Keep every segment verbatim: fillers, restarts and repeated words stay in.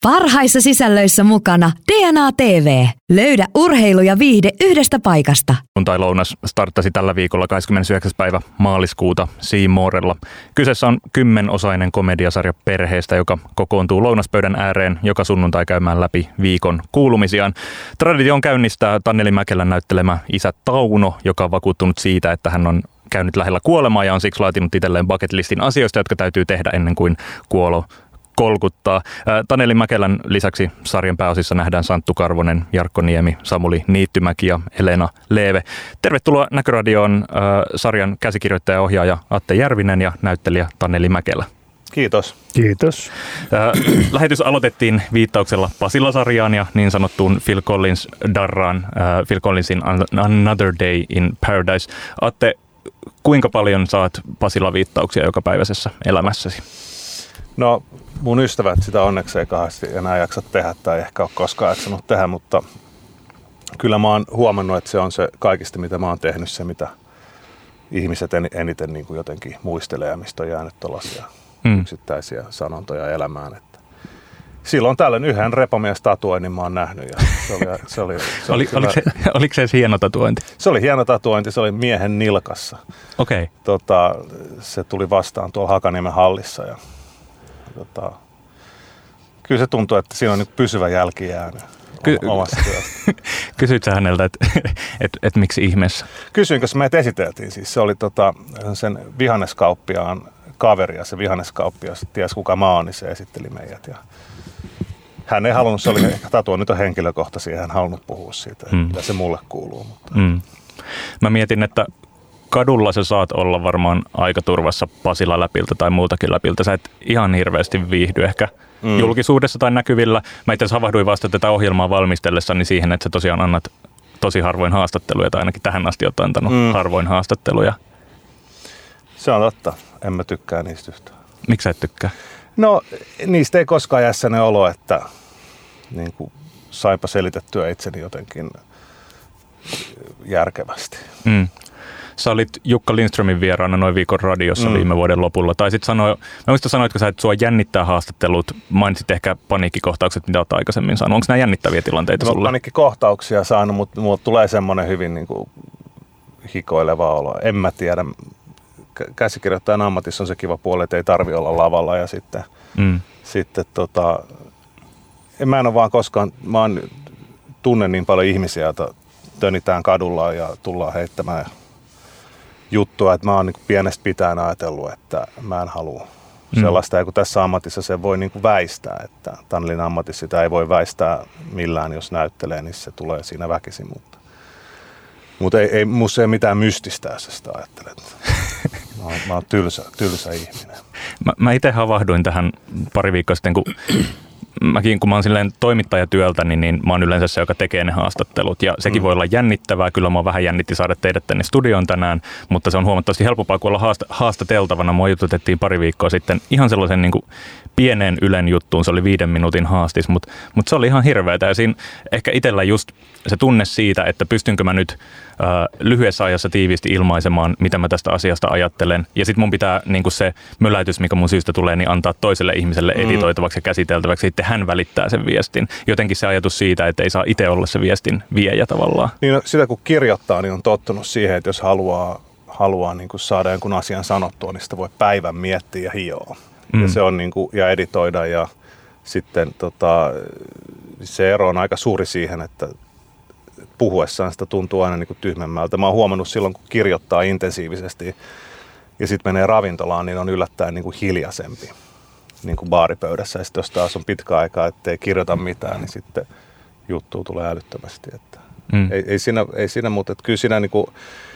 Parhaissa sisällöissä mukana D N A T V. Löydä urheilu ja viihde yhdestä paikasta. Sunnuntai-lounas starttasi tällä viikolla kahdeskymmenesyhdeksäs päivä maaliskuuta C Morella. Kyseessä on kymmenosainen komediasarja perheestä, joka kokoontuu lounaspöydän ääreen joka sunnuntai käymään läpi viikon kuulumisiaan. Tradition käynnistää Taneli Mäkelän näyttelemä isä Tauno, joka on vakuuttunut siitä, että hän on käynyt lähellä kuolemaa ja on siksi laatinut itselleen bucket listin asioista, jotka täytyy tehdä ennen kuin kuolo kolkuttaa. Taneli Mäkelän lisäksi sarjan pääosissa nähdään Santtu Karvonen, Jarkko Niemi, Samuli Niittymäki ja Elena Leeve. Tervetuloa Näköradioon äh, sarjan käsikirjoittaja ja ohjaaja Atte Järvinen ja näyttelijä Taneli Mäkelä. Kiitos. Kiitos. Äh, lähetys aloitettiin viittauksella Pasila-sarjaan ja niin sanottuun Phil Collins darraan, äh, Phil Collinsin Another Day in Paradise. Atte, kuinka paljon saat Pasila-viittauksia jokapäiväisessä elämässäsi? No, mun ystävät sitä onneksi ei kauheasti enää jaksa tehdä tai ehkä ole koskaan jaksanut tehdä, mutta kyllä mä oon huomannut, että se on se kaikista, mitä mä oon tehnyt, se mitä ihmiset eniten niin kuin jotenkin muistelee ja mistä on jäänyt tuollaisia mm. yksittäisiä sanontoja elämään. Että silloin tällöin yhden repomies-tatuoinnin mä oon nähnyt. Ja se oli, se oli, se oli, oli, oliko, se, oliko se hieno tatuointi? Se oli hieno tatuointi, se oli miehen nilkassa. Okei. Okay. Tota, se tuli vastaan tuolla Hakaniemen hallissa ja Tota, kyllä se tuntuu, että siinä on niin pysyvä jälki jäänyt Ky- omasta työstä. Kysyit sä häneltä, että et, et miksi ihmeessä? Kysyin, koska meitä esiteltiin. Siis se oli tota, sen vihanneskauppiaan kaveri ja se vihanneskauppias ties kuka mä oon, niin se esitteli meidät. Ja hän ei halunnut, se oli ehkä tatua, nyt on henkilökohtaisia, hän halunnut puhua siitä, mm. mitä se mulle kuuluu. Mutta. Mm. Mä mietin, että kadulla sä saat olla varmaan aika turvassa Pasila läpiltä tai muutakin läpiltä. Sä et ihan hirveästi viihdy ehkä mm. julkisuudessa tai näkyvillä. Mä itse asiassa havahduin vasta tätä ohjelmaa valmistellessani siihen, että sä tosiaan annat tosi harvoin haastatteluja, tai ainakin tähän asti oot antanut mm. harvoin haastatteluja. Se on totta. En mä tykkää niistä yhtään. Miksi sä et tykkää? No, niistä ei koskaan jää sellainen olo, että niin kuin, sainpa selitettyä itseni jotenkin järkevästi. Mm. Sä olit Jukka Lindströmin vieraana noin viikon radiossa mm. viime vuoden lopulla. Tai sit sanoi, mä muistan sanoitko sä, että sua jännittää haastattelut. Mainitsit ehkä paniikkikohtaukset, mitä olet aikaisemmin sanonut. Onko nämä jännittäviä tilanteita no, sulle? Paniikkikohtauksia saanut, mutta mulle tulee semmoinen hyvin niin kuin hikoileva olo. En mä tiedä. Käsikirjoittajan ammatissa on se kiva puoli, että ei tarvi olla lavalla. Ja sitten, mm. sitten tota, en mä en ole vaan koskaan, mä oon, tunnen niin paljon ihmisiä, joita tönitään kadulla ja tullaan heittämään juttua, että mä oon niin pienestä pitäen ajatellut, että mä en halua mm. sellaista, ja kun tässä ammatissa se voi niin väistää, että Tanelin ammatissa sitä ei voi väistää millään, jos näyttelee, niin se tulee siinä väkisin, mutta, mutta ei, ei musta ei mitään mystistä, jos sitä ajattelet. Mä oon, mä oon tylsä, tylsä ihminen. Mä, mä itse havahduin tähän pari viikkoa sitten, kun mäkin, kun mä oon silleen toimittajatyöltä, niin, niin mä oon yleensä se, joka tekee ne haastattelut. Ja sekin mm. voi olla jännittävää. Kyllä mä vähän jännitti saada teidät tänne studioon tänään, mutta se on huomattavasti helpompaa kuin olla haasta- haastateltavana. Mua jututettiin pari viikkoa sitten ihan sellaisen niin kuin pienen Ylen juttuun. Se oli viiden minuutin haastis, mutta, mutta se oli ihan hirveätä. Ja siinä ehkä itsellä just se tunne siitä, että pystynkö mä nyt äh, lyhyessä ajassa tiiviisti ilmaisemaan, mitä mä tästä asiasta ajattelen. Ja sitten mun pitää niin kuin se möläytys, mikä mun syystä tulee, niin antaa toiselle ihmiselle mm. editoitavaksi ja käsiteltäväksi. Sitten hän välittää sen viestin. Jotenkin se ajatus siitä, että ei saa itse olla se viestin viejä tavallaan. Niin no, sitä kun kirjoittaa, niin on tottunut siihen, että jos haluaa, haluaa niin kuin saada jonkun asian sanottua, niin sitä voi päivän miettiä ja hioa. Mm. Ja se on niin kuin, ja editoida ja sitten tota, se ero on aika suuri siihen, että puhuessaan sitä tuntuu aina niin kuin tyhmemmältä. Mä oon huomannut silloin, kun kirjoittaa intensiivisesti ja sitten menee ravintolaan, niin on yllättäen niin kuin hiljaisempi. Niin kuin baaripöydässä, ja sitten jos taas on pitkä aikaa, ettei kirjoita mitään, niin sitten juttua tulee älyttömästi. Että mm. ei, ei, siinä, ei siinä, mutta että kyllä siinä niin kuin,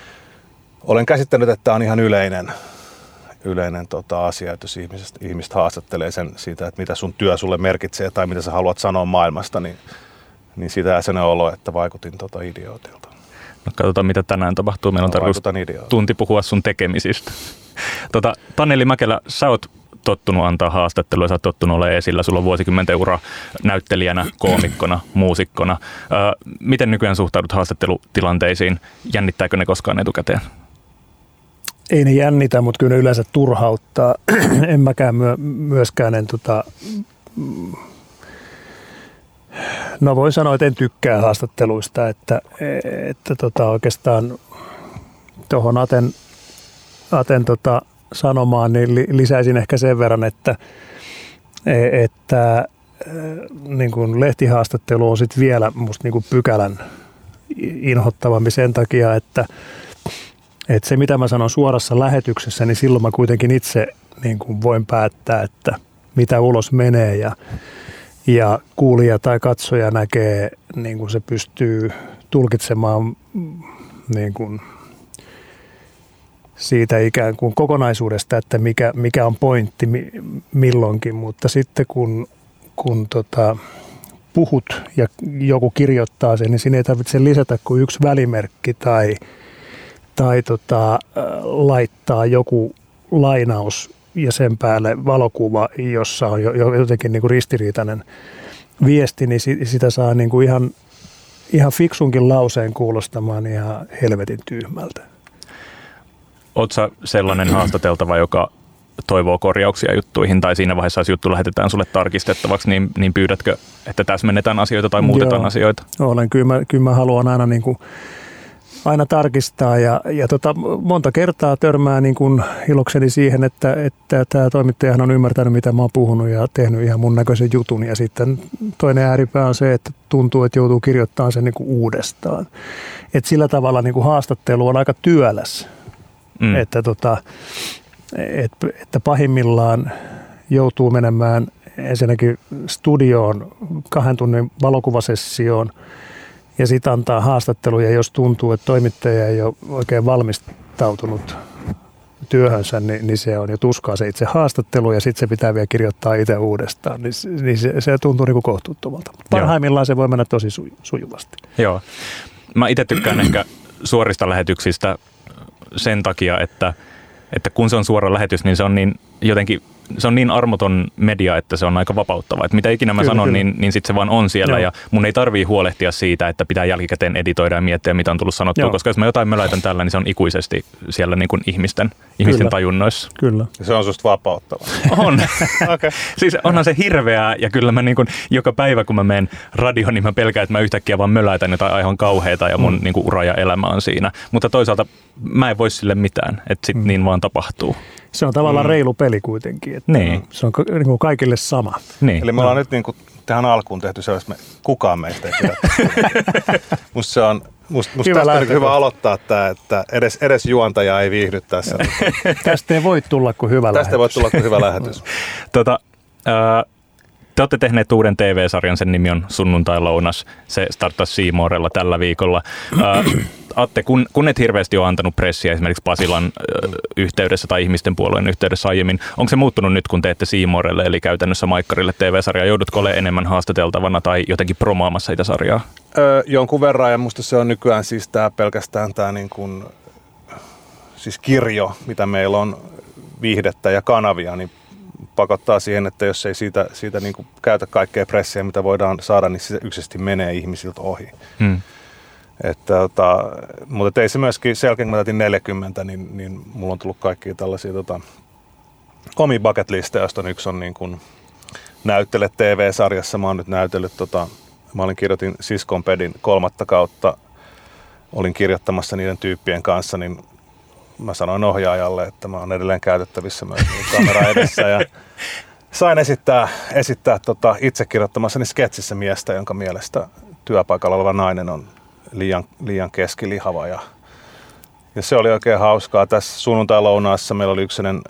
olen käsittänyt, että tämä on ihan yleinen, yleinen tota, asia, että jos ihmiset, ihmiset haastattelee sen siitä, että mitä sun työ sulle merkitsee tai mitä sä haluat sanoa maailmasta, niin, niin sitä jää sellainen olo, että vaikutin tota idiootilta. No katsotaan, mitä tänään tapahtuu. Meillä on no, tarkoitus tunti puhua sun tekemisistä. tota, Taneli Mäkelä, sä oot tottunut antaa haastattelua, sä oot tottunut olemaan esillä, sulla on vuosikymmenten ura näyttelijänä, koomikkona, muusikkona. Öö, miten nykyään suhtaudut haastattelutilanteisiin? Jännittääkö ne koskaan etukäteen? Ei ne jännitä, mutta kyllä ne yleensä turhauttaa. En mäkään myö, myöskään en, tota, No voin sanoa, että en tykkää haastatteluista, että, että tota oikeastaan tuohon Aten, Aten tota sanomaan niin lisäisin ehkä sen verran, että, että niin kuin lehtihaastattelu on sitten vielä musta niin kuin pykälän inhottavampi sen takia, että, että se mitä mä sanon suorassa lähetyksessä, niin silloin mä kuitenkin itse niin kuin voin päättää, että mitä ulos menee ja, ja kuulija tai katsoja näkee, niin kuin se pystyy tulkitsemaan niin kuin siitä ikään kuin kokonaisuudesta, että mikä, mikä on pointti milloinkin, mutta sitten kun, kun tota, puhut ja joku kirjoittaa sen, niin siinä ei tarvitse lisätä kuin yksi välimerkki tai, tai tota, laittaa joku lainaus ja sen päälle valokuva, jossa on jotenkin niin kuin ristiriitainen viesti, niin sitä saa niin kuin ihan, ihan fiksunkin lauseen kuulostamaan ihan helvetin tyhmältä. Oletko sä sellainen haastateltava, joka toivoo korjauksia juttuihin, tai siinä vaiheessa, jos juttu lähetetään sulle tarkistettavaksi, niin, niin pyydätkö, että täsmennetään asioita tai muutetaan Joo, asioita? Olen. Kyllä mä, kyllä mä haluan aina, niin kuin, aina tarkistaa, ja, ja tota, monta kertaa törmää niin kuin ilokseni siihen, että, että tämä toimittajahan on ymmärtänyt, mitä mä oon puhunut, ja tehnyt ihan mun näköisen jutun, ja sitten toinen ääripää on se, että tuntuu, että joutuu kirjoittamaan sen niin kuin uudestaan. Et sillä tavalla niin kuin haastattelu on aika työläs. Mm. Että, tota, et, että pahimmillaan joutuu menemään ensinnäkin studioon kahden tunnin valokuvasessioon ja sitten antaa haastatteluja, jos tuntuu, että toimittaja ei ole oikein valmistautunut työhönsä, niin, niin se on jo tuskaa se itse haastattelu ja sitten se pitää vielä kirjoittaa itse uudestaan, niin, niin se, se tuntuu niin kuin kohtuuttomalta. Parhaimmillaan se voi mennä tosi suj- sujuvasti. Joo. Mä itse tykkään ehkä suorista lähetyksistä sen takia, että, että kun se on suora lähetys, niin se on niin jotenkin se on niin armoton media, että se on aika vapauttava. Että mitä ikinä mä kyllä, sanon, kyllä. niin, niin sitten se vaan on siellä. Joo. Ja mun ei tarvii huolehtia siitä, että pitää jälkikäteen editoida ja miettiä, mitä on tullut sanottua. Joo. Koska jos mä jotain möläytän tällä, niin se on ikuisesti siellä niin kuin ihmisten, ihmisten tajunnoissa. Kyllä. Ja se on susta vapauttava. On. Okay. Siis onhan se hirveää. Ja kyllä mä niin kuin, joka päivä, kun mä menen radioon, niin mä pelkään, että mä yhtäkkiä vaan möläytän jotain aivan kauheata ja mun mm. niin kuin ura ja elämä on siinä. Mutta toisaalta mä en voi sille mitään. Että sit mm. niin vaan tapahtuu. Se on tavallaan mm. reilu peli kuitenkin, että niin. se on niin kuin kaikille sama. Niin. Eli me ollaan no. nyt niin kuin tähän alkuun tehty se, että me, kukaan meistä ei pidä. Musta se on, musta, musta hyvä, tästä on hyvä aloittaa tämä, että edes, edes juontaja ei viihdy tässä. Tästä ei voi tulla kuin hyvä tästä lähetys. Tästä ei voi tulla kuin hyvä lähetys. tota, äh, te olette tehneet uuden T V-sarjan, sen nimi on Sunnuntai-lounas. Se starttasi C Morella tällä viikolla. Äh, Atte, kun, kun et hirveästi ole antanut pressiä esimerkiksi Pasilan äh, yhteydessä tai ihmisten puolueen yhteydessä aiemmin, onko se muuttunut nyt, kun teette C Morelle, eli käytännössä Maikkarille T V-sarjaa? Joudutko olemaan enemmän haastateltavana tai jotenkin promoamassa sitä sarjaa? Öö, jonkun verran, ja musta se on nykyään siis tää pelkästään tämä niin kuin, siis kirjo, mitä meillä on viihdettä ja kanavia, niin pakottaa siihen, että jos ei siitä, siitä niin kuin käytä kaikkea pressiä, mitä voidaan saada, niin se yksisesti menee ihmisiltä ohi. Hmm. Että, tota, mutta ei se myöskin, sen jälkeen kun mä täytin neljäkymmentä, niin, niin mulla on tullut kaikkia tällaisia tota, omia bucket listeja, joista yksi on niin kuin näyttele T V-sarjassa. Mä oon nyt näytellyt, tota, mä olin kirjoitin Siskon pedin kolmatta kautta, olin kirjoittamassa niiden tyyppien kanssa, niin mä sanoin ohjaajalle, että mä oon edelleen käytettävissä myös kamera edessä ja sain esittää, esittää tota, itse kirjoittamassani sketsissä miestä, jonka mielestä työpaikalla oleva nainen on liian, liian keskilihava. Ja, ja se oli oikein hauskaa. Tässä sunnuntai-lounaassa meillä oli yksinen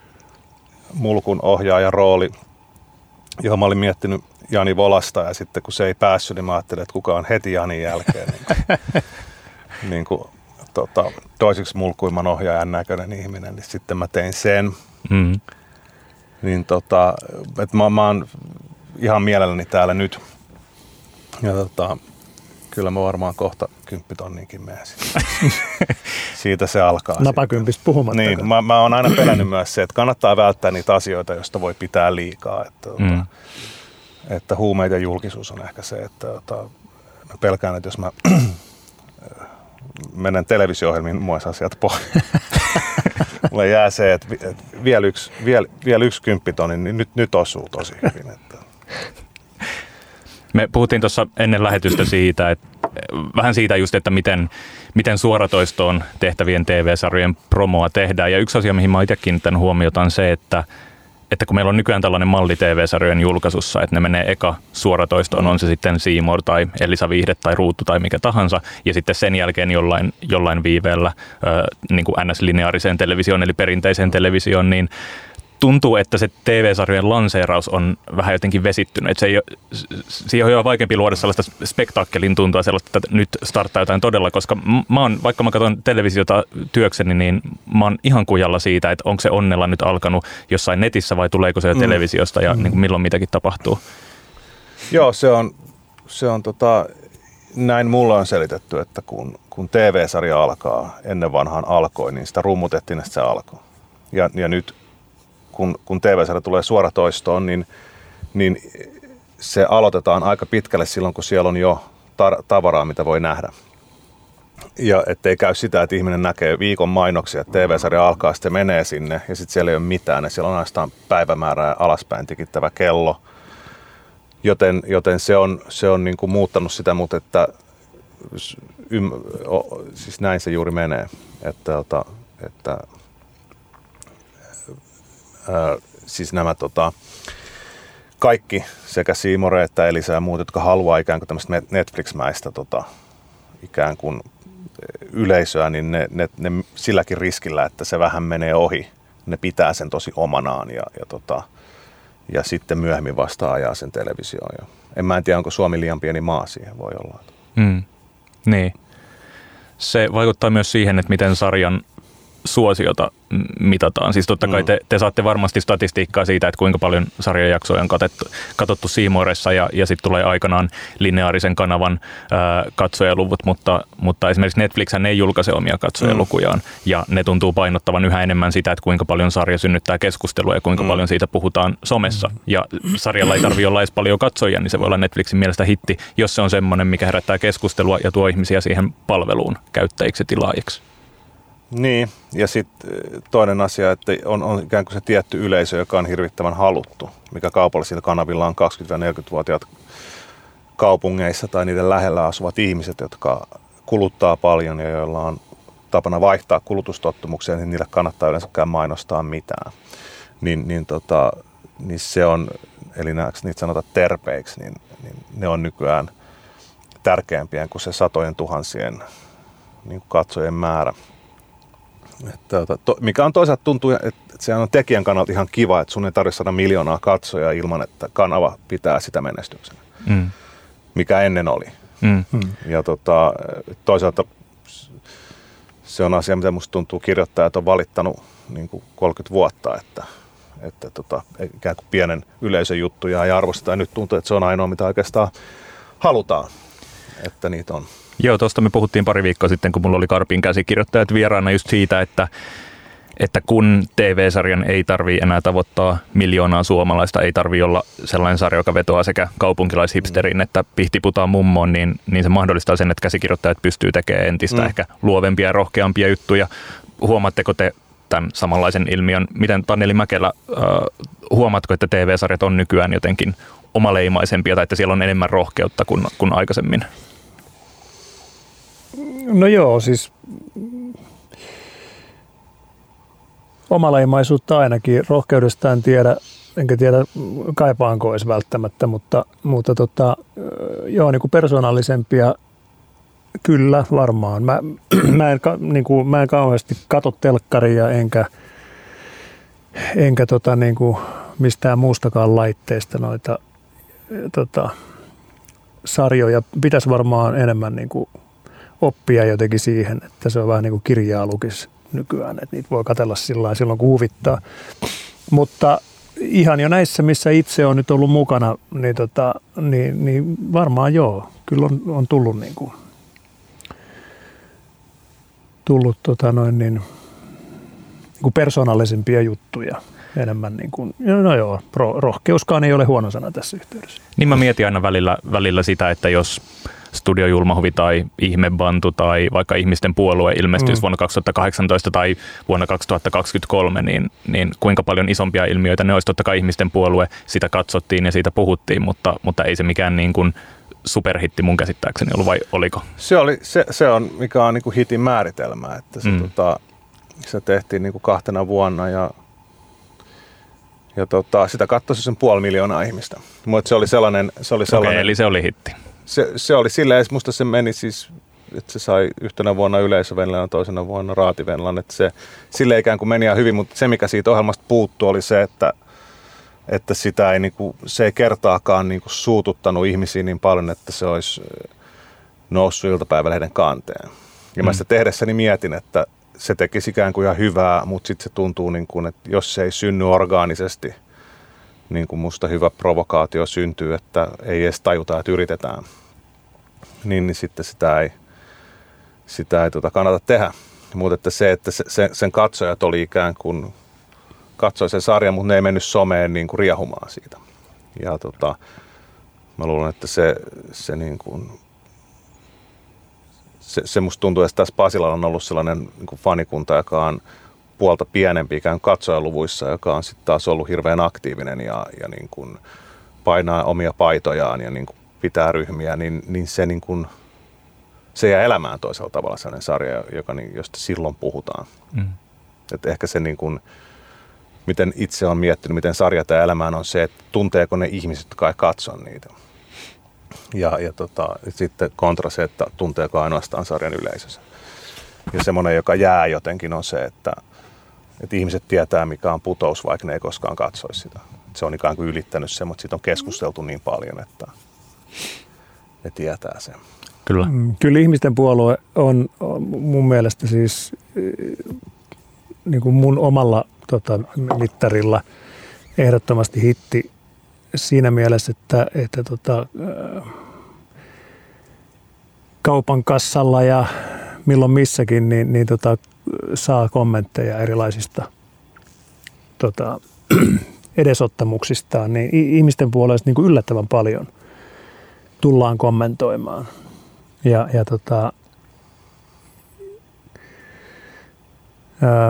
mulkun ohjaajan rooli, johon mä olin miettinyt Jani Volasta, ja sitten kun se ei päässyt, niin mä ajattelin, että kuka on heti Janin jälkeen niin, niin kuin, tota, toiseksi mulkuimman ohjaajan näköinen ihminen, niin sitten mä tein sen. Mm. Niin tota, että mä, mä oon ihan mielelläni täällä nyt. Ja tota, kyllä mä varmaan kohta kymppitonninkin menen. Siitä se alkaa. Napakympistä puhumattakaan. Niin, mä, mä oon aina pelännyt myös se, että kannattaa välttää niitä asioita, joista voi pitää liikaa. Että, mm. että huumeet ja julkisuus on ehkä se, että, että mä pelkään, että jos mä menen televisio-ohjelmiin, mulla olisi asiat pois. Mulle jää se, että vielä yksi, vielä, vielä yksi kymppitonni, niin nyt, nyt osuu tosi hyvin. Että. Me puhuttiin tuossa ennen lähetystä siitä, että vähän siitä just, että miten, miten suoratoistoon tehtävien T V-sarjojen promoa tehdään. Ja yksi asia, mihin mä itse kiinnittänyt huomiota, on se, että että kun meillä on nykyään tällainen malli T V-sarjojen julkaisussa, että ne menee eka suoratoistoon, on se sitten C More tai Elisa Viihde tai Ruutu tai mikä tahansa, ja sitten sen jälkeen jollain, jollain viiveellä niin kuin N S-lineaariseen televisioon eli perinteiseen televisioon, niin tuntuu, että se T V-sarjojen lanseeraus on vähän jotenkin vesittynyt. Että se ei ole, siihen on jo vaikeampi luoda sellaista spektaakkelin tuntua, sellaista, että nyt starttaa jotain todella, koska mä oon, vaikka mä katson televisiota työkseni, niin mä oon ihan kujalla siitä, että onko se onnella nyt alkanut jossain netissä vai tuleeko se jo televisiosta ja mm. niin kuin milloin mitäkin tapahtuu. Joo, se on, se on tota, näin mulle on selitetty, että kun, kun T V-sarja alkaa, ennen vanhaan alkoi, niin sitä rummutettiin, että se alkoi. Ja, ja nyt kun, kun T V-sarja tulee suoratoistoon, niin, niin se aloitetaan aika pitkälle silloin, kun siellä on jo tar- tavaraa, mitä voi nähdä. Ja ettei käy sitä, että ihminen näkee viikon mainoksia, että T V-sarja alkaa, sitten menee sinne ja sitten siellä ei ole mitään. Ja siellä on ainoastaan päivämäärää alaspäin tikittävä kello. Joten, joten se on, se on niin kuin muuttanut sitä, mutta että, ym, o, siis näin se juuri menee. Että, että, että ää, siis nämä tota, kaikki sekä C More että Elisa ja muut, jotka haluaa ikään kuin tämmöistä Netflix-mäistä tota, ikään kuin yleisöä, niin ne, ne, ne silläkin riskillä, että se vähän menee ohi. Ne pitää sen tosi omanaan ja, ja, tota, ja sitten myöhemmin vasta ajaa sen televisioon. Ja en mä en tiedä, onko Suomi liian pieni maa siihen, voi olla. Mm. Niin. Se vaikuttaa myös siihen, että miten sarjan suosiota mitataan. Siis totta kai te, te saatte varmasti statistiikkaa siitä, että kuinka paljon sarjajaksoja on katettu, katsottu C Moressa ja, ja sitten tulee aikanaan lineaarisen kanavan ää, katsojaluvut, mutta, mutta esimerkiksi Netflixhän ei julkaise omia katsojalukujaan ja ne tuntuu painottavan yhä enemmän sitä, että kuinka paljon sarja synnyttää keskustelua ja kuinka mm. paljon siitä puhutaan somessa. Ja sarjalla ei tarvitse olla edes paljon katsojia, niin se voi olla Netflixin mielestä hitti, jos se on semmoinen, mikä herättää keskustelua ja tuo ihmisiä siihen palveluun käyttäjiksi ja tilaajiksi. Niin, ja sitten toinen asia, että on, on ikään kuin se tietty yleisö, joka on hirvittävän haluttu, mikä kaupallisilla kanavilla on kaksikymmentä-neljäkymmentävuotiaat kaupungeissa tai niiden lähellä asuvat ihmiset, jotka kuluttaa paljon ja joilla on tapana vaihtaa kulutustottumuksia, niin niille kannattaa yleensäkään mainostaa mitään. Niin, niin, tota, niin se on, eli niitä sanotaan terpeiksi, niin, niin ne on nykyään tärkeämpiä kuin se satojen tuhansien niin katsojien määrä. Että, to, mikä on toisaalta tuntuu, että se on tekijän kannalta ihan kiva, että sun ei tarvitse saada miljoonaa katsojaa ilman, että kanava pitää sitä menestyksenä, mm. mikä ennen oli. Mm. Ja tota, toisaalta se on asia, mitä musta tuntuu kirjoittajat on valittanut niin kuin kolmekymmentä vuotta, että, että tota, ikään kuin pienen yleisön juttuja ei arvosteta. Ja nyt tuntuu, että se on ainoa, mitä oikeastaan halutaan, että niitä on. Joo, tuosta me puhuttiin pari viikkoa sitten, kun mulla oli Karpin käsikirjoittajat vieraana just siitä, että, että kun T V-sarjan ei tarvitse enää tavoittaa miljoonaa suomalaista, ei tarvitse olla sellainen sarja, joka vetoaa sekä kaupunkilaishipsteriin että pihtiputaan mummoon, niin, niin se mahdollistaa sen, että käsikirjoittajat pystyy tekemään entistä mm. ehkä luovempia ja rohkeampia juttuja. Huomaatteko te tämän samanlaisen ilmiön? Miten Taneli Mäkelä, äh, huomaatko, että T V-sarjat on nykyään jotenkin omaleimaisempia tai että siellä on enemmän rohkeutta kuin, kuin aikaisemmin? No joo, siis omaleimaisuutta ainakin. Rohkeudesta en tiedä, enkä tiedä kaipaanko edes välttämättä, mutta, mutta tota, joo, niin kuin persoonallisempia kyllä varmaan. Mä, mä, en, niin kuin, mä en kauheasti katso telkkaria enkä, enkä tota, niin kuin mistään muustakaan laitteesta noita tota, sarjoja. Pitäisi varmaan enemmän niin kuin oppia jotenkin siihen, että se on vähän niin kuin kirjaa lukisi nykyään, että niitä voi katsella sillä silloin kun huvittaa. Mutta ihan jo näissä, missä itse on nyt ollut mukana, niin, tota, niin, niin varmaan joo, kyllä on, on tullut, niin kuin, tullut tota noin niin, niin kuin persoonallisempia juttuja enemmän. Niin kuin, no joo, rohkeuskaan ei ole huono sana tässä yhteydessä. Niin mä mietin aina välillä, välillä sitä, että jos Studio Julmahuvi tai Ihmebantu tai vaikka Ihmisten puolue ilmestyisi mm. vuonna kaksituhattakahdeksantoista tai vuonna kaksituhattakaksikymmentäkolme, niin, niin kuinka paljon isompia ilmiöitä ne olisi? Totta kai Ihmisten puolue, sitä katsottiin ja siitä puhuttiin, mutta, mutta ei se mikään niin kuin superhitti mun käsittääkseni ollut, vai oliko? Se, oli, se, se on, mikä on niin kuin hitin määritelmä, että se, mm. tota, se tehtiin niin kuin kahtena vuonna ja Ja tota, sitä katsoi sen puoli miljoonaa ihmistä. Mutta se oli sellainen... Se oli sellainen Okei, eli se oli hitti. Se, se oli silleen, musta se meni siis, että se sai yhtenä vuonna Yleisö-Venlan ja toisena vuonna Raati-Venlan. Että se silleen ikään kuin meni ihan hyvin, mutta se mikä siitä ohjelmasta puuttui oli se, että, että sitä ei, niinku, se ei kertaakaan niinku suututtanut ihmisiä niin paljon, että se olisi noussut iltapäivälehden kanteen. Ja mä sitä tehdessäni mietin, että se tekisi ikään kuin ihan hyvää, mutta sitten se tuntuu, niin kuin, että jos se ei synny orgaanisesti, niin kuin musta hyvä provokaatio syntyy, että ei edes tajuta, että yritetään, niin, niin sitten sitä ei, sitä ei tota kannata tehdä. Mutta että se, että se, se, sen katsojat oli ikään kuin, katsoi sen sarjan, mutta ne ei mennyt someen niin kuin riehumaan siitä. Ja tota, mä luulen, että se, se niin kuin, Se, se musta tuntuu, että tässä Pasilalla on ollut sellainen niin kuin fanikunta, joka on puolta pienempi ikään katsojaluvuissa, joka on sitten taas ollut hirveän aktiivinen ja, ja niin kuin painaa omia paitojaan ja niin kuin pitää ryhmiä, niin, niin se, niin kuin, se jää elämään toisella tavalla sellainen sarja, joka, josta silloin puhutaan. Mm. Et ehkä se, niin kuin, miten itse on miettinyt, miten sarja tämä elämään on se, että tunteeko ne ihmiset, jotka ei katso niitä. Ja, ja tota, sitten kontra se, että tunteeko ainoastaan sarjan yleisössä. Ja semmoinen, joka jää jotenkin, on se, että, että ihmiset tietää, mikä on putous, vaikka ne ei koskaan katsoisi sitä. Se on ikään kuin ylittänyt sen, mutta siitä on keskusteltu niin paljon, että ne tietää sen. Kyllä. Kyllä Ihmisten puolue on, on mun mielestä siis niin kuin mun omalla tota, mittarilla ehdottomasti hitti siinä mielessä, että, että tota, kaupan kassalla ja milloin missäkin niin, niin tota, saa kommentteja erilaisista tota, edesottamuksistaan, niin ihmisten puolesta niin kuin yllättävän paljon tullaan kommentoimaan. Ja, ja tota, ää,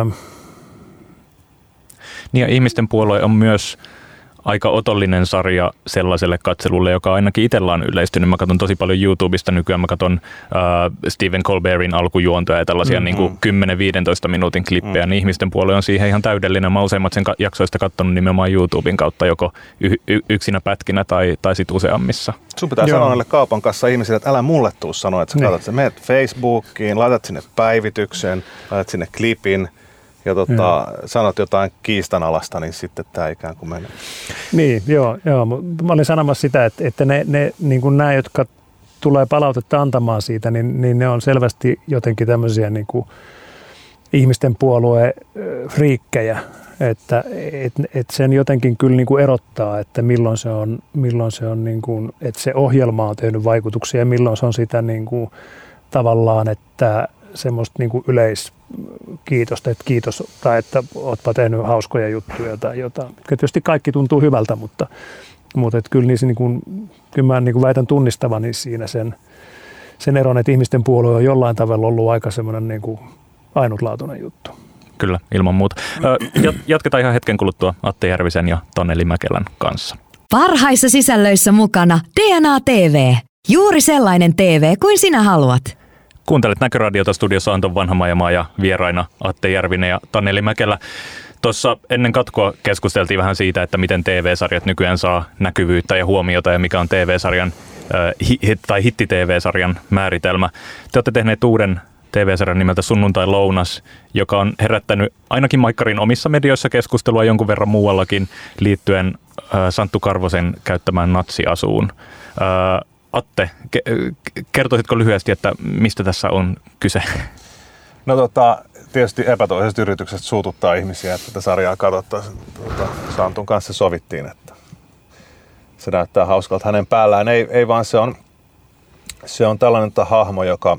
niin ja Ihmisten puolue on myös aika otollinen sarja sellaiselle katselulle, joka ainakin itsellä on yleistynyt. Mä katson tosi paljon YouTubesta nykyään. Mä katson äh, Stephen Colbertin alkujuontoja ja tällaisia mm-hmm. niin kuin kymmenen viisitoista minuutin klippejä. Mm. Niin Ihmisten puolue on siihen ihan täydellinen. Mä useimmat sen jaksoista katsonut nimenomaan YouTuben kautta joko y- y- yksinä pätkinä tai, tai sit useammissa. Sun pitää Joo. sanoa näille kaupan kanssa ihmisille, että älä mulle tuu sanoa, että sä niin. katsot, sä menet Facebookiin, laitat sinne päivityksen, laitat sinne klipin, ja tota, sanot jotain kiistanalasta, niin sitten tämä ikään kuin menee. Niin, joo. joo. Mä olin sanomassa sitä, että, että ne, ne niin kuin nämä, jotka tulee palautetta antamaan siitä, niin, niin ne on selvästi jotenkin tämmöisiä niin kuin ihmisten puolueen friikkejä, että et, et sen jotenkin kyllä niin kuin erottaa, että milloin se on, milloin se on niin kuin, että se ohjelma on tehnyt vaikutuksia ja milloin se on sitä niin kuin tavallaan, että semmoista niin kuin yleiskiitosta, että kiitos, tai että ootpa tehnyt hauskoja juttuja tai jotain. Tietysti kaikki tuntuu hyvältä, mutta, mutta että kyllä, niissä, niin kuin, kyllä mä niin kuin väitän tunnistavani siinä sen, sen eron, että ihmisten puolue on jollain tavalla ollut aika semmoinen niin kuin ainutlaatuinen juttu. Kyllä, ilman muuta. Jatketaan ihan hetken kuluttua Atte Järvisen ja Taneli Mäkelän kanssa. Parhaissa sisällöissä mukana D N A T V. Juuri sellainen T V kuin sinä haluat. Kuuntelet Näköradiota, studiossa Anton Vanhamajamaa ja vieraina Atte Järvinen ja Taneli Mäkelä. Tuossa ennen katkoa keskusteltiin vähän siitä, että miten T V-sarjat nykyään saa näkyvyyttä ja huomiota ja mikä on T V-sarjan äh, tai hitti-T V-sarjan määritelmä. Te olette tehneet uuden T V-sarjan nimeltä Sunnuntai lounas, joka on herättänyt ainakin Maikkarin omissa medioissa keskustelua jonkun verran muuallakin liittyen äh, Santtu Karvosen käyttämään natsiasuun. Äh, Atte, kertoisitko lyhyesti, että mistä tässä on kyse? No tota, tietysti epätoivoisesta yrityksestä suututtaa ihmisiä, että tätä sarjaa katsottaisiin. Tuota, Santun kanssa sovittiin, että se näyttää hauskalta hänen päällään. Ei, ei vaan se on, se on tällainen hahmo, joka,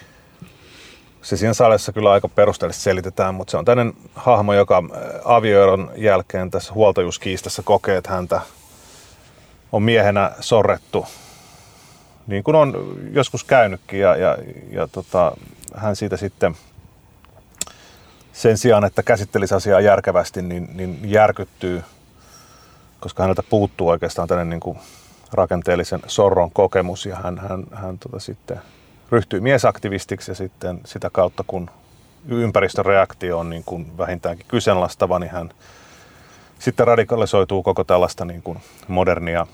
se siinä sarjassa kyllä aika perusteellisesti selitetään, mutta se on tällainen hahmo, joka avioeron jälkeen tässä huoltajuuskiistassa kokee, että häntä on miehenä sorrettu niin kuin on joskus käynytkin ja, ja, ja tota, hän siitä sitten sen sijaan, että käsittelisi asiaa järkevästi, niin, niin järkyttyy, koska häneltä puuttuu oikeastaan tällainen niin kuin rakenteellisen sorron kokemus ja hän, hän, hän tota sitten ryhtyy miesaktivistiksi ja sitten sitä kautta, kun ympäristön reaktio on niin kuin vähintäänkin kyseenalaistava, niin hän sitten radikalisoituu koko tällaista niin kuin modernia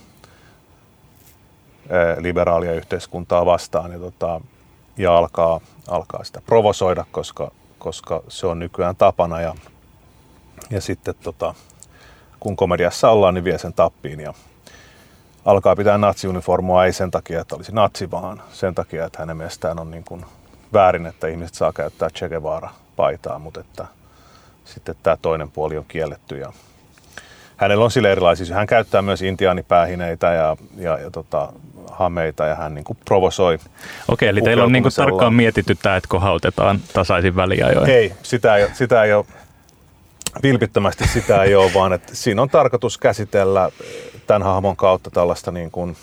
liberaalia yhteiskuntaa vastaan ja, tota, ja alkaa, alkaa sitä provosoida, koska, koska se on nykyään tapana ja, ja sitten tota, kun komediassa ollaan, niin vie sen tappiin ja alkaa pitää natsiuniformua ei sen takia, että olisi natsi, vaan sen takia, että hänen mielestään on niin kuin väärin, että ihmiset saa käyttää Che Guevara-paitaa, mutta että sitten tämä toinen puoli on kielletty ja hänellä on sille erilaisia. Hän käyttää myös intiaanipäähineitä ja, ja, ja tota, hameita ja hän niin kuin provosoi. Okei, eli teillä on niin kuin tarkkaan mietitty tämä, että kohautetaan tasaisin väliajoin. Ei, sitä ei, sitä ei ole, vilpittömästi sitä ei ole, vaan että siinä on tarkoitus käsitellä tämän hahmon kautta tällaista, niin kuin,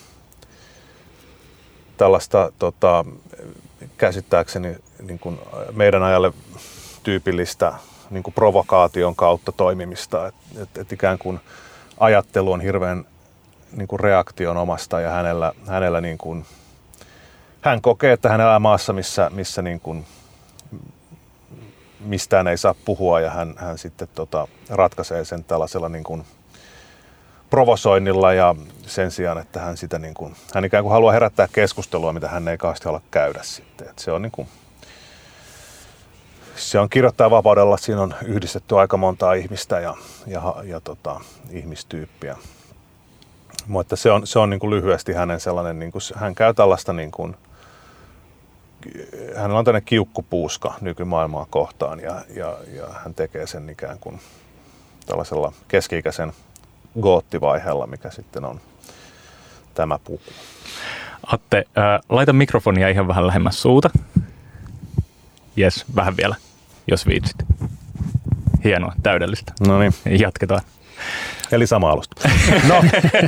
tällaista tota, käsittääkseni niin kuin meidän ajalle tyypillistä niin kuin provokaation kautta toimimista, että et, et ikään kuin ajattelu on hirveän niin kuin reaktion omasta ja hänellä, hänellä niin kuin, hän kokee, että hän elää maassa, missä, missä niin kuin, mistään ei saa puhua ja hän, hän sitten tota, ratkaisee sen tällaisella niin kuin provosoinnilla ja sen sijaan, että hän sitä niin kuin, hän ikään kuin haluaa herättää keskustelua, mitä hän ei kauheasti halua käydä sitten. Et se on niin kuin, se on kirjoittaa vapaudella, siinä on yhdistetty aika montaa ihmistä ja, ja, ja tota, ihmistyyppiä. Mutta se on, se on niin kuin lyhyesti hänen sellainen, niin kuin, hän käy tällaista, niin kuin, hänellä on tällainen kiukkupuuska nykymaailmaa kohtaan ja, ja, ja hän tekee sen ikään kuin tällaisella keski-ikäisen goottivaiheella, mikä sitten on tämä puku. Atte, ää, laita mikrofonia ihan vähän lähemmäs suuta. Jes, vähän vielä, jos viitsit. Hienoa, täydellistä. No niin. Jatketaan. Eli sama alusta. No.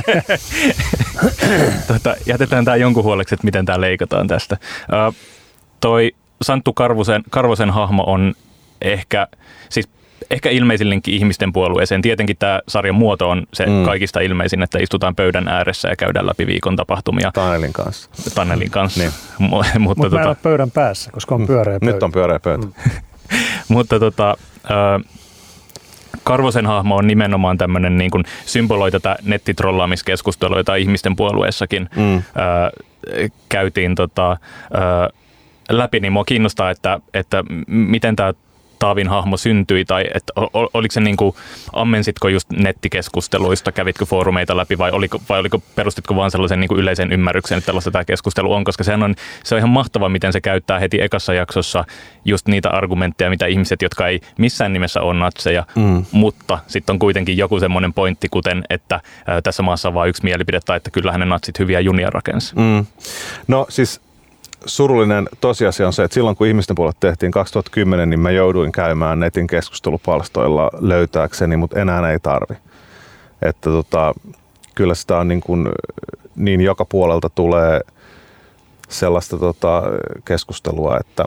tota, jätetään tämä jonkun huoleksi, että miten tämä leikataan tästä. Uh, toi Santtu Karvosen, Karvosen hahmo on ehkä, siis ehkä ilmeisillinkin ihmisten puolueeseen. Tietenkin tämä sarjan muoto on se mm. kaikista ilmeisin, että istutaan pöydän ääressä ja käydään läpi viikon tapahtumia. Tanelin kanssa. Tanelin kanssa. Niin. Mutta Mut tota, mä en ole pöydän päässä, koska on pyöreä pöytä. Nyt on pyöreä pöytä. Mm. Mutta tota, uh, Karvosen hahmo on nimenomaan tämmöinen, niin kuin symboloi tätä nettitrollaamiskeskustelua, jota ihmisten puolueessakin mm. ö, käytiin tota, ö, läpi, niin mua kiinnostaa, että, että miten tämä Taavin hahmo syntyi, tai että oliko se niin kuin, ammensitko just nettikeskusteluista, kävitkö foorumeita läpi, vai oliko, vai oliko perustitko vaan sellaisen niin kuin yleisen ymmärryksen, että tällaista tämä keskustelu on, koska sehän on, se on ihan mahtava, miten se käyttää heti ekassa jaksossa just niitä argumentteja, mitä ihmiset, jotka ei missään nimessä ole natseja, mm. mutta sitten on kuitenkin joku semmoinen pointti, kuten, että ää, tässä maassa on vain yksi mielipide, tai että kyllähän ne natsit hyviä junia rakensi. Mm. No siis surullinen tosiasia on se, että silloin kun ihmisten puolella tehtiin kaksituhattakymmenen, niin mä jouduin käymään netin keskustelupalstoilla löytääkseni, mutta enää ei tarvi. Että tota, kyllä sitä on niin, kuin, niin joka puolelta tulee sellaista tota, keskustelua, että,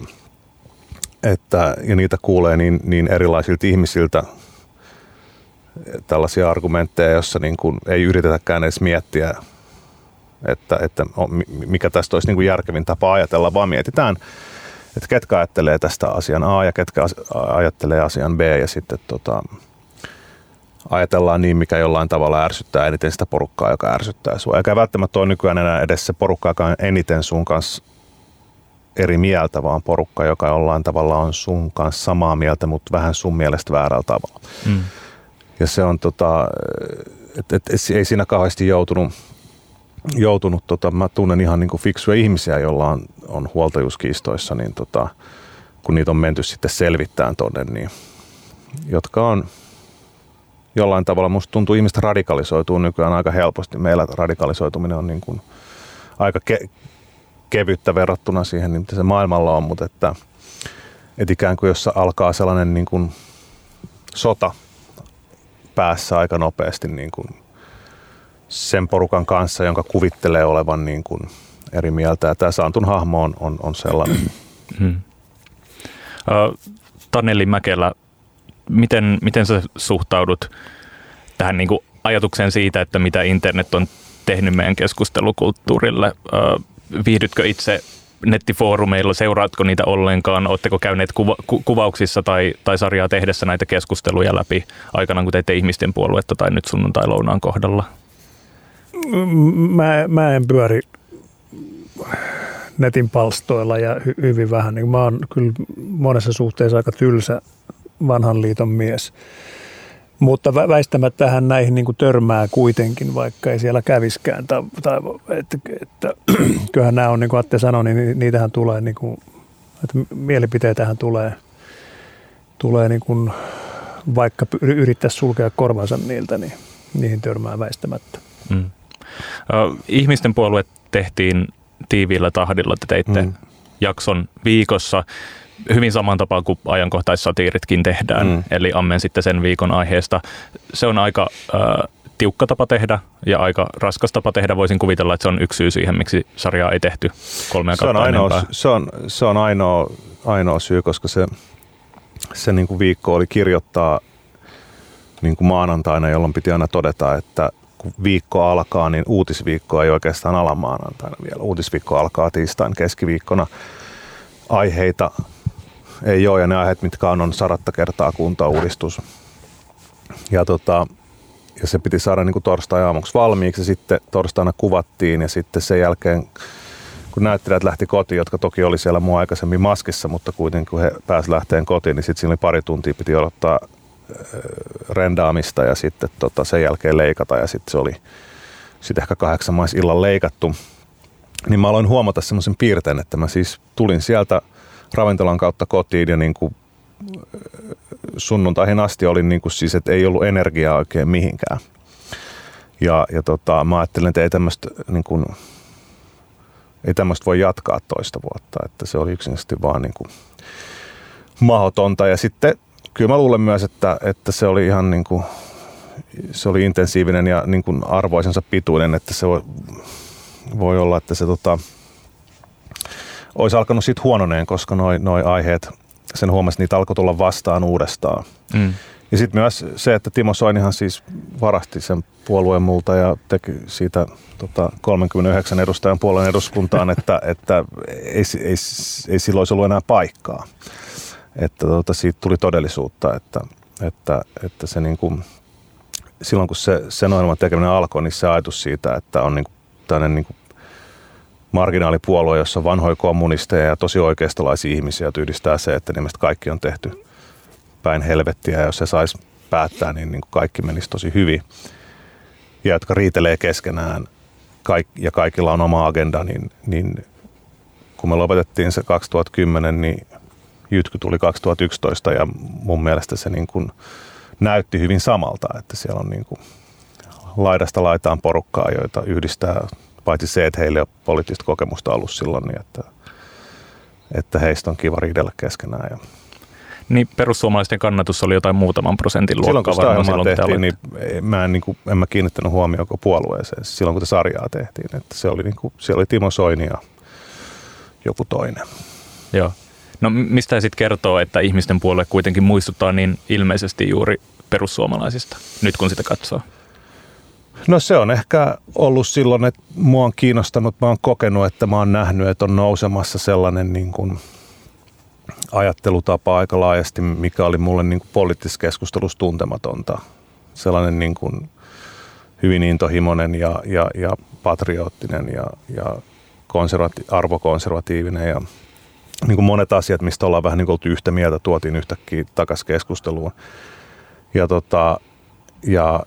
että, ja niitä kuulee niin, niin erilaisilta ihmisiltä tällaisia argumentteja, joissa niin kuin ei yritetäkään edes miettiä, Että, että mikä tästä olisi niin kuin järkevin tapa ajatella, vaan mietitään, että ketkä ajattelee tästä asian A ja ketkä ajattelee asian B ja sitten tota, ajatellaan niin, mikä jollain tavalla ärsyttää eniten sitä porukkaa, joka ärsyttää sua. Eikä välttämättä ole nykyään enää edes se porukka, joka on eniten sun kanssa eri mieltä, vaan porukka, joka jollain tavalla on sun kanssa samaa mieltä, mutta vähän sun mielestä väärällä tavalla. Mm. Ja se on, tota, että et, et, ei siinä kauheasti joutunut joutunut, tota, mä tunnen ihan niin kuin fiksuja ihmisiä, joilla on, on huoltajuuskiistoissa, niin tota, kun niitä on menty sitten selvittämään tonne, niin jotka on jollain tavalla, musta tuntuu, ihmiset radikalisoituu nykyään aika helposti. Meillä radikalisoituminen on niin kuin aika ke- kevyttä verrattuna siihen, niin mitä se maailmalla on, mutta että, että ikään kuin jos alkaa sellainen niin kuin sota päässä aika nopeasti niin kuin sen porukan kanssa, jonka kuvittelee olevan niin kuin eri mieltä. Ja tämä Santun hahmo on, on, on sellainen. Hmm. Uh, Taneli Mäkelä, miten, miten sä suhtaudut tähän niin kuin ajatukseen siitä, että mitä internet on tehnyt meidän keskustelukulttuurille? Uh, viihdytkö itse nettifoorumeilla, seuraatko niitä ollenkaan? Oletteko käyneet kuva, ku, kuvauksissa tai, tai sarjaa tehdessä näitä keskusteluja läpi aikanaan, kun teitte Ihmisten puoluetta tai nyt Sunnuntai-lounaan kohdalla? Mä, mä en pyöri netin palstoilla ja hy, hyvin vähän. Mä oon kyllä monessa suhteessa aika tylsä vanhan liiton mies. Mutta väistämättähän näihin niin kuin törmää kuitenkin, vaikka ei siellä käviskään. Tai, tai, että, että, kyllähän nämä on, niin kuin Atte sanoi, niin niitähän tulee, niin kuin, että mielipiteitähän tulee, tulee niin kuin, vaikka yrittäisi sulkea korvansa niiltä, niin niihin törmää väistämättä. Mm. Ihmisten puolue tehtiin tiiviillä tahdilla, te teitte mm. jakson viikossa. Hyvin saman tapaan kuin ajankohtaissatiiritkin tehdään, mm. eli ammen sitten sen viikon aiheesta. Se on aika äh, tiukka tapa tehdä ja aika raskas tapa tehdä. Voisin kuvitella, että se on yksi syy siihen, miksi sarjaa ei tehty kolmea kautta enempää. Se on, se on ainoa, ainoa syy, koska se, se niin kuin viikko oli kirjoittaa niin kuin maanantaina, jolloin piti aina todeta, että kun viikko alkaa, niin uutisviikko ei oikeastaan ala maanantaina vielä. Uutisviikko alkaa tiistain keskiviikkona. Aiheita ei ole, ja ne aiheet, mitkä on, on sadatta kertaa kuntauudistus. Ja, tota, ja se piti saada niin kuin torstai-aamuksi valmiiksi, ja sitten torstaina kuvattiin, ja sitten sen jälkeen, kun näyttelijät lähti kotiin, jotka toki oli siellä mua aikaisemmin maskissa, mutta kuitenkin kun he pääsivät lähteen kotiin, niin sitten siinä oli pari tuntia, piti odottaa rendaamista, ja sitten tota, sen jälkeen leikata, ja sitten se oli sitten ehkä kahdeksan mais illan leikattu. Niin mä aloin huomata semmoisen piirteen, että mä siis tulin sieltä ravintolan kautta kotiin ja niin kuin sunnuntaihin asti oli niin kuin siis, että ei ollut energiaa oikein mihinkään. Ja, ja tota, mä ajattelin, että ei tämmöistä niin kuin, ei tämmöistä voi jatkaa toista vuotta, että se oli yksinkertaisesti vaan niin kuin mahdotonta. Ja sitten kyllä mä luulen myös, että, että se oli ihan niin kuin, se oli intensiivinen ja niin kuin arvoisensa pituinen, että se voi, voi olla, että se tota, olisi alkanut siitä huononeen, koska noi, noi aiheet, sen huomasi, niitä alkoi tulla vastaan uudestaan. Mm. Ja sitten myös se, että Timo Soinihan siis varasti sen puolueen multa ja teki siitä tota, kolmekymmentäyhdeksän edustajan puolueen eduskuntaan, että, että ei, ei, ei silloin olisi ollut enää paikkaa. Että tota, siitä tuli todellisuutta, että, että, että se niin kuin, silloin kun se, sen ohjelman tekeminen alkoi, niin se ajatus siitä, että on niin kuin tämmöinen niin kuin marginaalipuolue, jossa on vanhoja kommunisteja ja tosi oikeistolaisia ihmisiä, yhdistää se, että nimestä kaikki on tehty päin helvettiä, ja jos se saisi päättää, niin, niin kuin kaikki menisi tosi hyvin. Ja jotka riitelee keskenään ja kaikilla on oma agenda, niin, niin kun me lopetettiin se kaksituhattakymmenen, niin Jytky tuli kaksituhattayksitoista, ja mun mielestä se niin kuin näytti hyvin samalta, että siellä on niin kuin laidasta laitaan porukkaa, joita yhdistää paitsi se, että heillä ei ole poliittista kokemusta ollut silloin, niin että, että heistä on kiva riidellä keskenään. Ja niin perussuomalaisten kannatus oli jotain muutaman prosentin luokkaa. Silloin kun sitä ohjelmaa tehtiin, niin mä en, niin kuin, en mä kiinnittänyt huomioon puolueeseen silloin, kun te sarjaa tehtiin. Että se oli, niin kuin, siellä oli Timo Soini ja joku toinen. Joo. No mistä sitten kertoo, että Ihmisten puolue kuitenkin muistuttaa niin ilmeisesti juuri perussuomalaisista, nyt kun sitä katsoo? No se on ehkä ollut silloin, että mua on kiinnostanut, mä oon kokenut, että mä oon nähnyt, että on nousemassa sellainen niin kuin ajattelutapa aika laajasti, mikä oli mulle niin kuin poliittisessa keskustelussa tuntematonta. Sellainen niin kuin hyvin intohimoinen ja, ja, ja patriottinen ja, ja konservati- arvokonservatiivinen ja niin kuin monet asiat, mistä ollaan vähän niin kuin oltu yhtä mieltä, tuotiin yhtäkkiä takaisin keskusteluun. Ja, tota, ja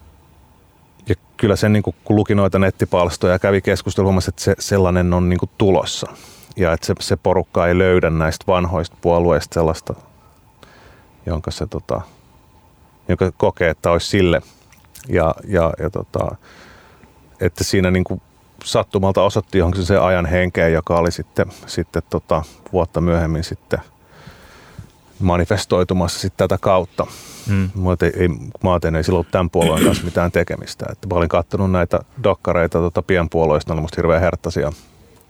Ja kyllä sen, niin kun luki noita nettipalstoja ja kävi keskustelua, huomasi, että se, sellainen on niin kuin tulossa. Ja että se, se porukka ei löydä näistä vanhoista puolueista sellaista, jonka se tota, joka kokee, että olisi sille. Ja, ja, ja tota, että siinä niin kuin sattumalta osoitti johonkin se ajan henkeen, joka oli sitten, sitten tota, vuotta myöhemmin sitten manifestoitumassa sitten tätä kautta. Hmm. Ei, ei, mä ajattelin, ei silloin ollut tämän puolueen kanssa mitään tekemistä. Että mä olin katsonut näitä dokkareita tota, pienpuolueista, ne oli musta hirveän herttaisia.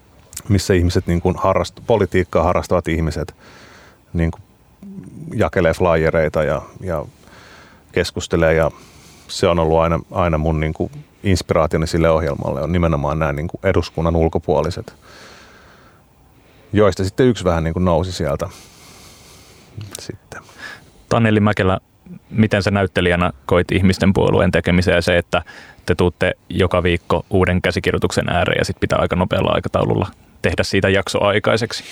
missä ihmiset niin kuin harrast, politiikkaa harrastavat ihmiset niin kuin jakelee flyereita ja, ja keskustelee, ja se on ollut aina, aina mun niin kuin inspiraationi sille ohjelmalle, on nimenomaan nämä niin kuin eduskunnan ulkopuoliset, joista sitten yksi vähän niin kuin nousi sieltä sitten. Taneli Mäkelä, miten sä näyttelijänä koit ihmisten puolueen tekemiseen ja se, että te tuutte joka viikko uuden käsikirjoituksen ääreen ja sitten pitää aika nopealla aikataululla tehdä siitä jakso aikaiseksi?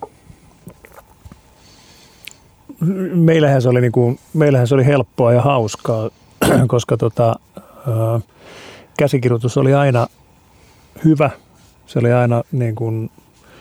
Meillähän se oli, niin kuin, meillähän se oli helppoa ja hauskaa, koska tota, ää, käsikirjoitus oli aina hyvä. Se oli aina niin kuin,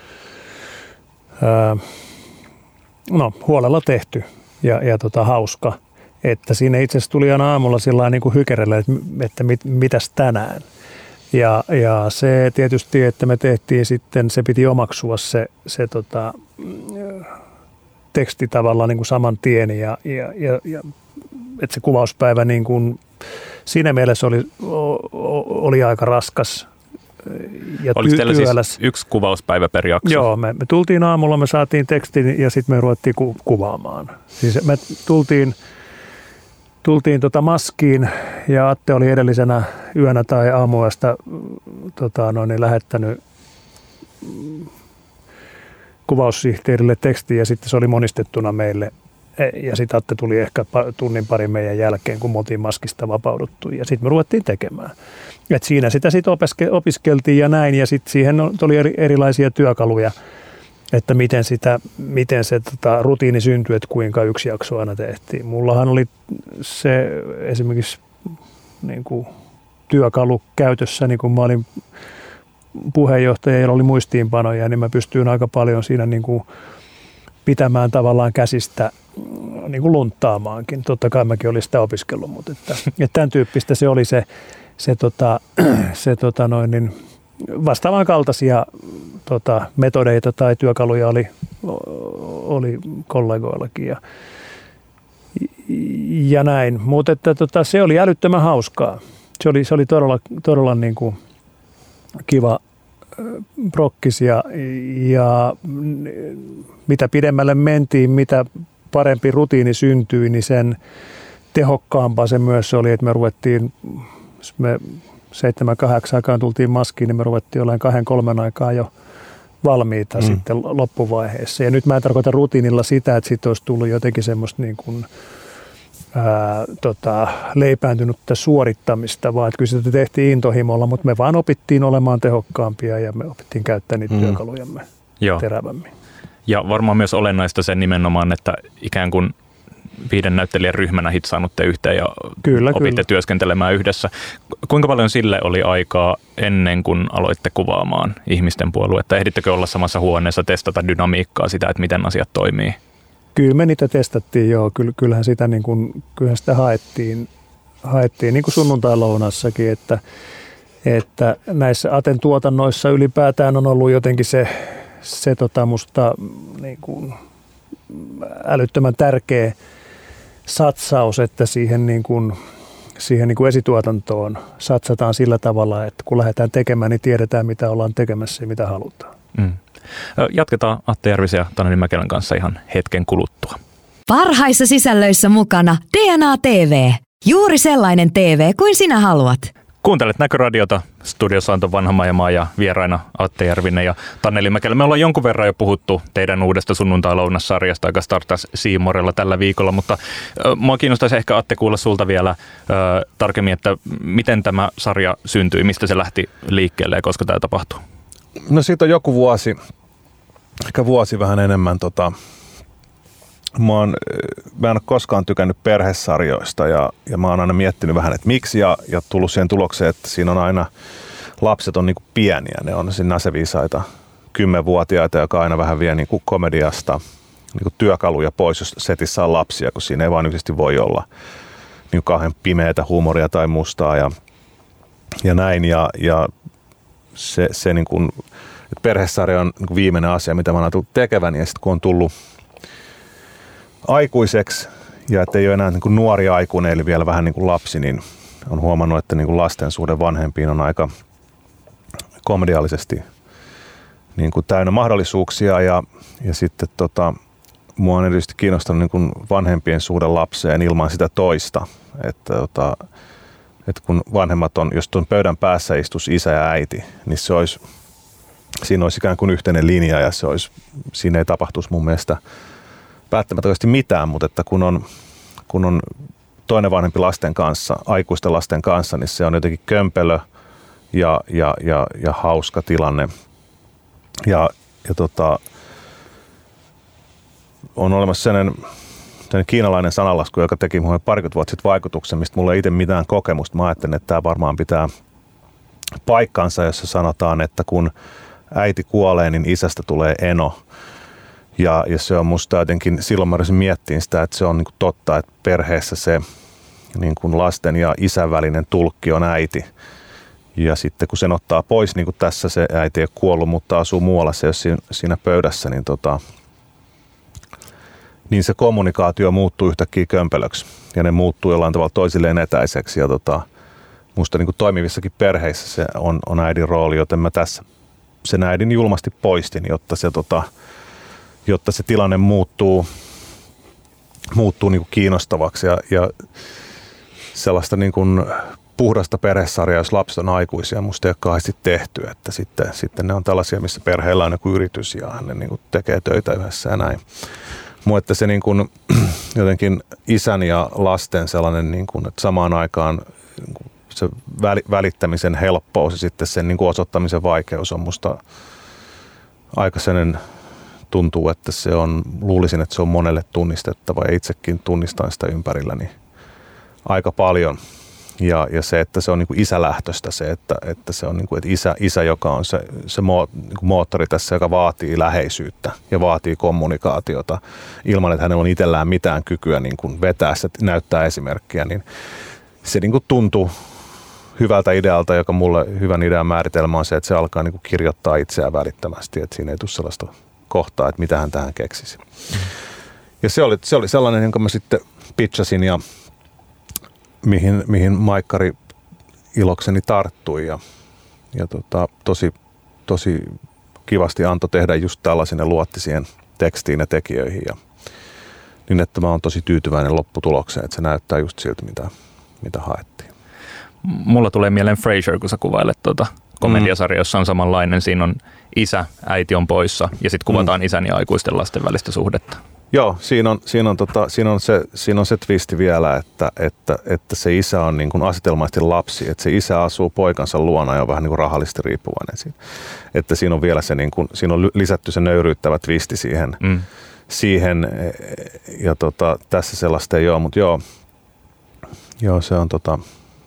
ää, no, huolella tehty ja, ja tota, hauska. Että siinä itse asiassa tuli aina aamulla sillä niin kuin hykerellä, että, että mit, mitäs tänään. Ja, ja se tietysti, että me tehtiin sitten, se piti omaksua se, se tota, teksti tavallaan niin kuin saman tien ja, ja, ja, ja että se kuvauspäivä niin kuin, siinä mielessä oli, oli aika raskas ja Oliko teillä työläs. Siis yksi kuvauspäivä per jakso? Joo, me, me tultiin aamulla, me saatiin tekstin ja sitten me ruvettiin ku, kuvaamaan. Siis me tultiin, tultiin tota maskiin ja Atte oli edellisenä yönä tai aamuesta tota, noin, lähettänyt kuvaussihteerille tekstiin ja sitten se oli monistettuna meille. Ja sitten Atte tuli ehkä tunnin parin meidän jälkeen, kun me oltiin maskista vapauduttu. Ja sitten me ruvettiin tekemään. Et siinä sitä sitten opiskeltiin ja näin. Ja sitten siihen oli eri, erilaisia työkaluja, että miten, sitä, miten se tota, rutiini syntyi, että kuinka yksi jakso aina tehtiin. Mullahan oli se esimerkiksi niin kuin työkalu käytössä, niin kun mä olin puheenjohtaja ja oli muistiinpanoja, niin mä pystyin aika paljon siinä niin kuin pitämään tavallaan käsistä niin kuin lunttaamaankin. Totta kai mäkin olin sitä opiskellut, mutta että, että tämän tyyppistä se oli se, se, tota, se tota noin, niin vastaavan kaltaisia tota, metodeita tai työkaluja oli, oli kollegoillakin ja, ja näin. Mutta että, tota, se oli älyttömän hauskaa. Se oli, se oli todella, todella niin kuin kiva prokkis ja, ja mitä pidemmälle mentiin, mitä parempi rutiini syntyi, niin sen tehokkaampaa se myös oli, että me ruvettiin, jos me seitsemän kahdeksan aikaan tultiin maskiin, niin me ruvettiin olemaan kahden kolmen aikaa jo valmiita mm. sitten loppuvaiheessa. Ja nyt mä en tarkoita rutiinilla sitä, että siitä olisi tullut jotenkin semmoista niin kuin Ää, tota, leipääntynyttä suorittamista, vaan että kyllä sitä tehtiin intohimolla, mutta me vaan opittiin olemaan tehokkaampia ja me opittiin käyttämään niitä mm. työkalujamme Joo. terävämmin. Ja varmaan myös olennaista sen nimenomaan, että ikään kuin viiden näyttelijän ryhmänä hitsaanutte yhteen ja kyllä, opitte kyllä. työskentelemään yhdessä. Kuinka paljon sille oli aikaa ennen kuin aloitte kuvaamaan ihmisten puoluetta? Ehdittekö olla samassa huoneessa testata dynamiikkaa sitä, että miten asiat toimii? Kyllä me niitä testattiin, joo. Kyllähän sitä, niin kuin, kyllähän sitä haettiin, haettiin niin kuin sunnuntai-lounassakin, että, että näissä Aten tuotannoissa ylipäätään on ollut jotenkin se, se tota musta niin kuin älyttömän tärkeä satsaus, että siihen, niin kuin, siihen niin kuin esituotantoon satsataan sillä tavalla, että kun lähdetään tekemään, niin tiedetään mitä ollaan tekemässä ja mitä halutaan. Mm. Jatketaan Atte Järvisen ja Taneli Mäkelän kanssa ihan hetken kuluttua. Parhaissa sisällöissä mukana D N A T V. Juuri sellainen T V kuin sinä haluat. Kuuntelet Näköradiota. Studiossa on Vanha-Majamaa ja vieraina Atte Järvinen ja Taneli Mäkelä. Me ollaan jonkun verran jo puhuttu teidän uudesta sunnuntai-lounassarjasta, joka startasi C Morella tällä viikolla, mutta äh, mua kiinnostaisi ehkä Atte kuulla sulta vielä äh, tarkemmin, että miten tämä sarja syntyi, mistä se lähti liikkeelle ja koska tämä tapahtuu? No siitä on joku vuosi, ehkä vuosi vähän enemmän. Tota, mä, oon, mä en ole koskaan tykännyt perhesarjoista ja, ja mä oon aina miettinyt vähän, että miksi ja, ja tullut siihen tulokseen, että siinä on aina, lapset on niinku pieniä, ne on siinä naseviisaita kymmenvuotiaita, joka aina vähän vie niinku komediasta niinku työkaluja pois, jos setissä on lapsia, kun siinä ei vaan yksisesti voi olla niinku kauhean pimeätä huumoria tai mustaa ja, ja näin ja, ja se, se niin kuin, että perhesarja on niin viimeinen asia, mitä mä oon tullut tekevän, ja sitten kun on tullut aikuiseksi, ja ettei ole enää niin kuin nuori aikuinen, eli vielä vähän niin kuin lapsi, niin on huomannut, että niin kuin lasten suhde vanhempiin on aika komediallisesti niin kuin täynnä mahdollisuuksia ja, ja sitten tota, mua on erityisesti kiinnostanut niin kuin vanhempien suhde lapseen ilman sitä toista. Että, tota, että kun vanhemmat on, jos tuon pöydän päässä istuisi isä ja äiti, niin se olisi, siinä olisi ikään kuin yhteinen linja ja se olisi, siinä ei tapahtuisi mun mielestä päättämättä mitään, mutta että kun on, kun on toinen vanhempi lasten kanssa, aikuisten lasten kanssa, niin se on jotenkin kömpelö ja, ja, ja, ja hauska tilanne. Ja, ja tota, on olemassa sellainen, sellainen kiinalainen sananlasku, joka teki minulle parikymmentä vuotta sitten vaikutuksen, mistä mulla ei itse mitään kokemusta. Mä ajattelin, että tämä varmaan pitää paikkansa, jossa sanotaan, että kun äiti kuolee, niin isästä tulee eno. Ja, ja se on musta jotenkin, silloin mä yritin miettiä sitä, että se on niin kuin totta, että perheessä se niin kuin lasten ja isän välinen tulkki on äiti. Ja sitten kun sen ottaa pois, niin kuin tässä se äiti ei ole kuollut, mutta asuu muualla, se jos siinä pöydässä, niin, tota, niin se kommunikaatio muuttuu yhtäkkiä kömpelöksi. Ja ne muuttuu jollain tavalla toisilleen etäiseksi. Ja tota, musta niin kuin toimivissakin perheissä se on, on äidin rooli, joten mä tässä sen äidin julmasti poistin, jotta se, tota, jotta se tilanne muuttuu, muuttuu niin kuin kiinnostavaksi. Ja, ja sellaista niin kuin puhdasta perhesarjaa, jos lapset on aikuisia, musta ei ole kauheasti tehty, että sitten, sitten ne on tällaisia, missä perheellä on joku yritys ja ne niin kuin tekee töitä yhdessä ja näin. Mutta että se niin kuin, jotenkin isän ja lasten sellainen, niin kuin, että samaan aikaan niin kuin se välittämisen helppous ja sitten sen niin kuin osoittamisen vaikeus on musta aika sellainen, tuntuu, että se on, luulisin, että se on monelle tunnistettava ja itsekin tunnistan sitä ympärilläni aika paljon. Ja, ja se, että se on niin kuin isälähtöistä, se, että, että se on niin kuin, että isä, isä, joka on se, se mo, niin kuin moottori tässä, joka vaatii läheisyyttä ja vaatii kommunikaatiota ilman, että hänellä on itsellään mitään kykyä niin kuin vetää se, näyttää esimerkkiä, niin se niin kuin tuntuu hyvältä idealta, joka mulle hyvän idean määritelmä on se, että se alkaa niin kuin kirjoittaa itseään välittömästi, että siinä ei tule sellaista kohtaa, että mitä hän tähän keksisi. Mm. Ja se oli, se oli sellainen, jonka mä sitten pitchasin ja mihin, mihin Maikkari ilokseni tarttui ja, ja tota, tosi, tosi kivasti antoi tehdä just tällaisen ja luotti siihen tekstiin ja tekijöihin ja niin, että mä oon tosi tyytyväinen lopputulokseen, että se näyttää just siltä, mitä, mitä haettiin. Mulla tulee mieleen Frasier, kun sä kuvailet tuota komediasarja, jossa on samanlainen. Siinä on isä, äiti on poissa ja sitten kuvataan mm. isän ja aikuisten lasten välistä suhdetta. Joo, siinä on, siinä on, tota, siinä on, se, siinä on se twisti vielä, että, että, että se isä on niin kuin asetelmaisesti lapsi, että se isä asuu poikansa luona ja on vähän niin kuin rahallisesti riippuvainen siinä. Että siinä on vielä se, niin kuin, siinä on lisätty se nöyryyttävä twisti siihen, mm. siihen ja tota, tässä sellaista ei ole, mutta joo, joo se on tota,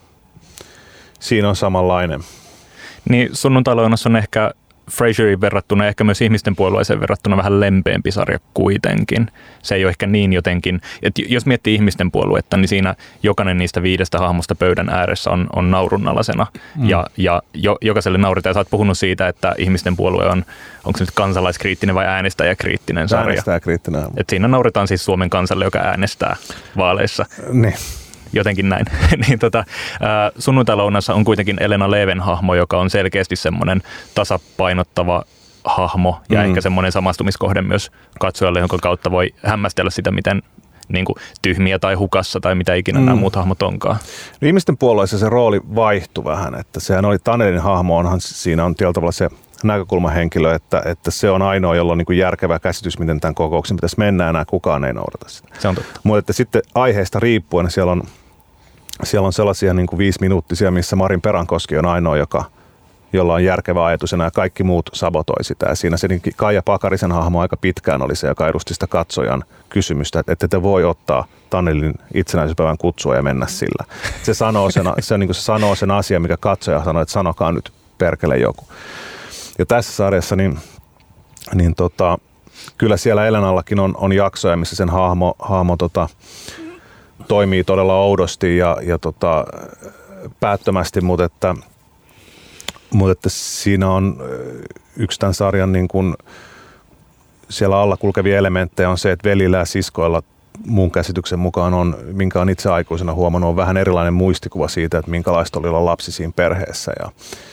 siinä on samanlainen. Niin Sunnuntailounas on ehkä Frasierin verrattuna, ehkä myös Ihmisten puolueeseen verrattuna vähän lempeämpi sarja kuitenkin. Se ei ole ehkä niin jotenkin, että jos miettii Ihmisten puoluetta, niin siinä jokainen niistä viidestä hahmosta pöydän ääressä on, on naurunalaisena. Mm. Ja, ja jo, jokaiselle nauritaan. Ja sä oot puhunut siitä, että Ihmisten puolue on, onko se nyt kansalaiskriittinen vai äänestäjäkriittinen sarja? Äänestäjäkriittinen. Et siinä nauritaan siis Suomen kansalle, joka äänestää vaaleissa. Niin. Jotenkin näin. niin tota, Sunnuntailounassa on kuitenkin Elena Leven hahmo, joka on selkeästi semmoinen tasapainottava hahmo ja mm. ehkä semmoinen samastumiskohde myös katsojalle, jonka kautta voi hämmästellä sitä, miten niin kuin tyhmiä tai hukassa tai mitä ikinä mm. nämä muut hahmot onkaan. No, Ihmisten puolueessa se rooli vaihtui vähän, että sehän oli Tanelin hahmo, onhan siinä on tietyllä tavalla se näkökulmahenkilö, että, että se on ainoa, jolla on niin kuin järkevä käsitys, miten tämän kokouksen pitäisi mennä, enää kukaan ei noudata sitä. Se on totta. Mutta että sitten aiheesta riippuen siellä on, siellä on sellaisia niin kuin viisi minuuttisia, missä Marin Perankoski on ainoa, joka, jolla on järkevä ajatus ja nämä kaikki muut sabotoi sitä. Ja siinä se niin Kaija Pakarisen hahmo aika pitkään oli se, joka edusti sitä katsojan kysymystä, että ette te voi ottaa Tanelin itsenäisyyspäivän kutsua ja mennä sillä. Se sanoo sen, se, niin kuin se sanoo sen asian, mikä katsoja sanoo, että sanokaa nyt perkele joku. Ja tässä sarjassa niin, niin tota, kyllä siellä Elenallakin on, on jaksoja, missä sen hahmo, hahmo tota, toimii todella oudosti ja, ja tota, päättömästi, mutta että, mutta että siinä on yksi tämän sarjan niin kuin siellä alla kulkevia elementtejä on se, että velillä ja siskoilla mun käsityksen mukaan on, minkä on itse aikuisena huomannut, on vähän erilainen muistikuva siitä, että minkälaista oli olla lapsi siinä perheessä ja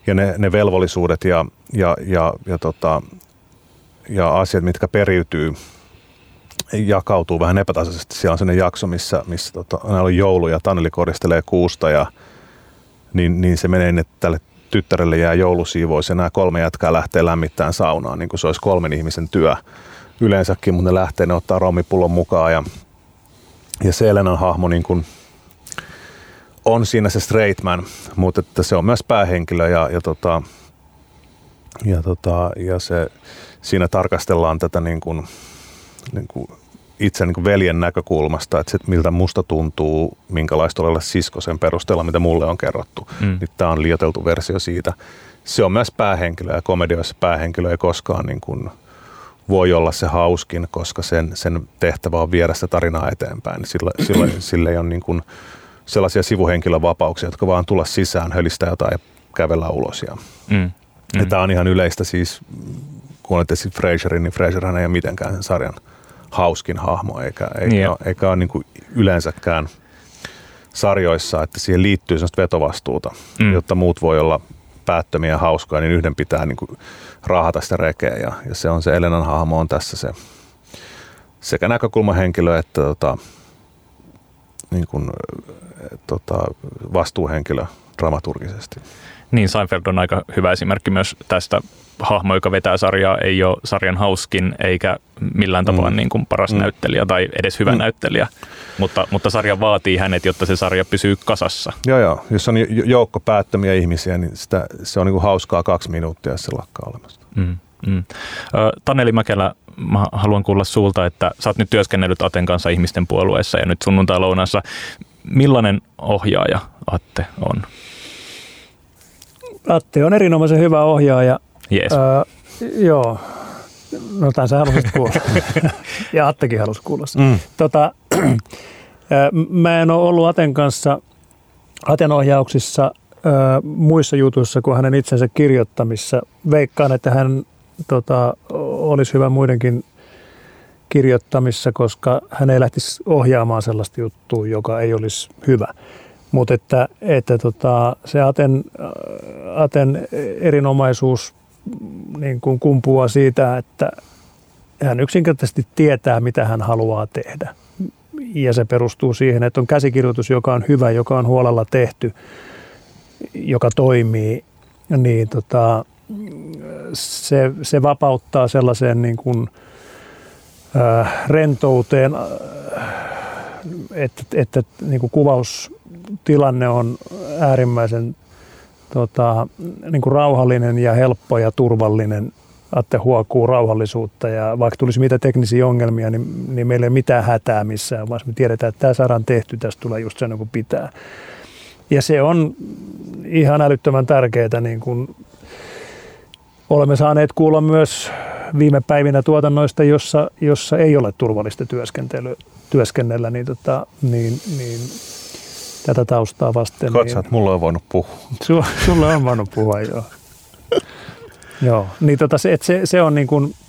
ja ne, ne velvollisuudet ja, ja, ja, ja, tota, ja asiat, mitkä periytyy, jakautuu vähän epätasaisesti. Siellä on sellainen jakso, missä, missä tota, on joulu ja Taneli koristelee kuusta ja niin, niin se menee, että tälle tyttärelle jää joulusiivous ja nämä kolme jätkää lähtee lämmittämään saunaan, niin kuin se olisi kolmen ihmisen työ yleensäkin, mutta ne lähtee, ne ottaa rommipullon mukaan ja, ja se Elenan hahmo niin kuin on siinä se straight man, mutta että se on myös päähenkilö ja, ja, tota, ja, tota, ja se, siinä tarkastellaan tätä niin kuin, niin kuin itse niin kuin veljen näkökulmasta, että se, miltä musta tuntuu, minkälaista olla sisko sen perusteella, mitä mulle on kerrottu. Mm. Niin tämä on liioiteltu versio siitä. Se on myös päähenkilö ja komedioissa päähenkilö ei koskaan niin kuin voi olla se hauskin, koska sen, sen tehtävä on viedä sitä tarinaa eteenpäin. Sillä, sillä, sillä ei ole niin kuin sellaisia sivuhenkilövapauksia, jotka vaan tulla sisään, hölistää jotain ja kävellä ulos. Ja, mm. Mm. ja tämä on ihan yleistä siis, kun olette sitten Frasierin, niin Frasierhän ei ole mitenkään sen sarjan hauskin hahmo, eikä, eikä, niin ole, eikä ole niin kuin yleensäkään sarjoissa, että siihen liittyy sellaista vetovastuuta, mm. jotta muut voi olla päättömiä ja hauskaa, niin yhden pitää niin kuin raahata sitä rekeä. Ja, ja se on se Elenan hahmo on tässä se sekä näkökulmahenkilö että tota, niin kuin, tota, vastuuhenkilö dramaturgisesti. Niin, Seinfeld on aika hyvä esimerkki myös tästä. Hahmo, joka vetää sarjaa, ei ole sarjan hauskin eikä millään tavalla mm. niin kuin paras mm. näyttelijä tai edes hyvä mm. näyttelijä, mutta, mutta sarja vaatii hänet, jotta se sarja pysyy kasassa. Joo, joo. Jos on joukko päättömiä ihmisiä, niin sitä, se on niin kuin hauskaa kaksi minuuttia, jos se lakkaa olemasta. Mm. Mm. Taneli Mäkelä, mä haluan kuulla sulta, että sä oot nyt työskennellyt Aten kanssa ihmisten puolueessa ja nyt sunnuntai-lounassa. Millainen ohjaaja Atte on? Atte on erinomaisen hyvä ohjaaja. Yes. Öö, joo, no tämän sä haluaisit kuulla. Ja Attekin halusi kuulla. Mm. Tota, mä en ole ollut Aten kanssa Aten ohjauksissa ö, muissa jutuissa kuin hänen itsensä kirjoittamissa. Veikkaan, että hän tota, olisi hyvä muidenkin kirjoittamissa, koska hän ei lähtisi ohjaamaan sellaista juttua, joka ei olisi hyvä. Mutta että, että tota, se Aten, Aten erinomaisuus niin kuin kumpuaa siitä, että hän yksinkertaisesti tietää, mitä hän haluaa tehdä. Ja se perustuu siihen, että on käsikirjoitus, joka on hyvä, joka on huolella tehty, joka toimii, niin tota, se, se vapauttaa sellaiseen niin kuin, äh, rentouteen, että, että niin kuin kuvaustilanne on äärimmäisen tota, niin kuin rauhallinen ja helppo ja turvallinen. Atte huokuu rauhallisuutta ja vaikka tulisi mitä teknisiä ongelmia, niin, niin meillä ei ole mitään hätää missään, vaan me tiedetään, että tämä saadaan tehty, tästä tulee just sen kuin pitää. Ja se on ihan älyttömän tärkeää, niin kuin olemme saaneet kuulla myös viime päivinä tuotannoista, jossa, jossa ei ole turvallista työskennellä, niin, tota, niin, niin tätä taustaa vasten. Katsotaan, niin, mulla on voinut puhua. Su, sulle on voinut puhua, joo. Joo, niin tota se, se, se on niin kuin,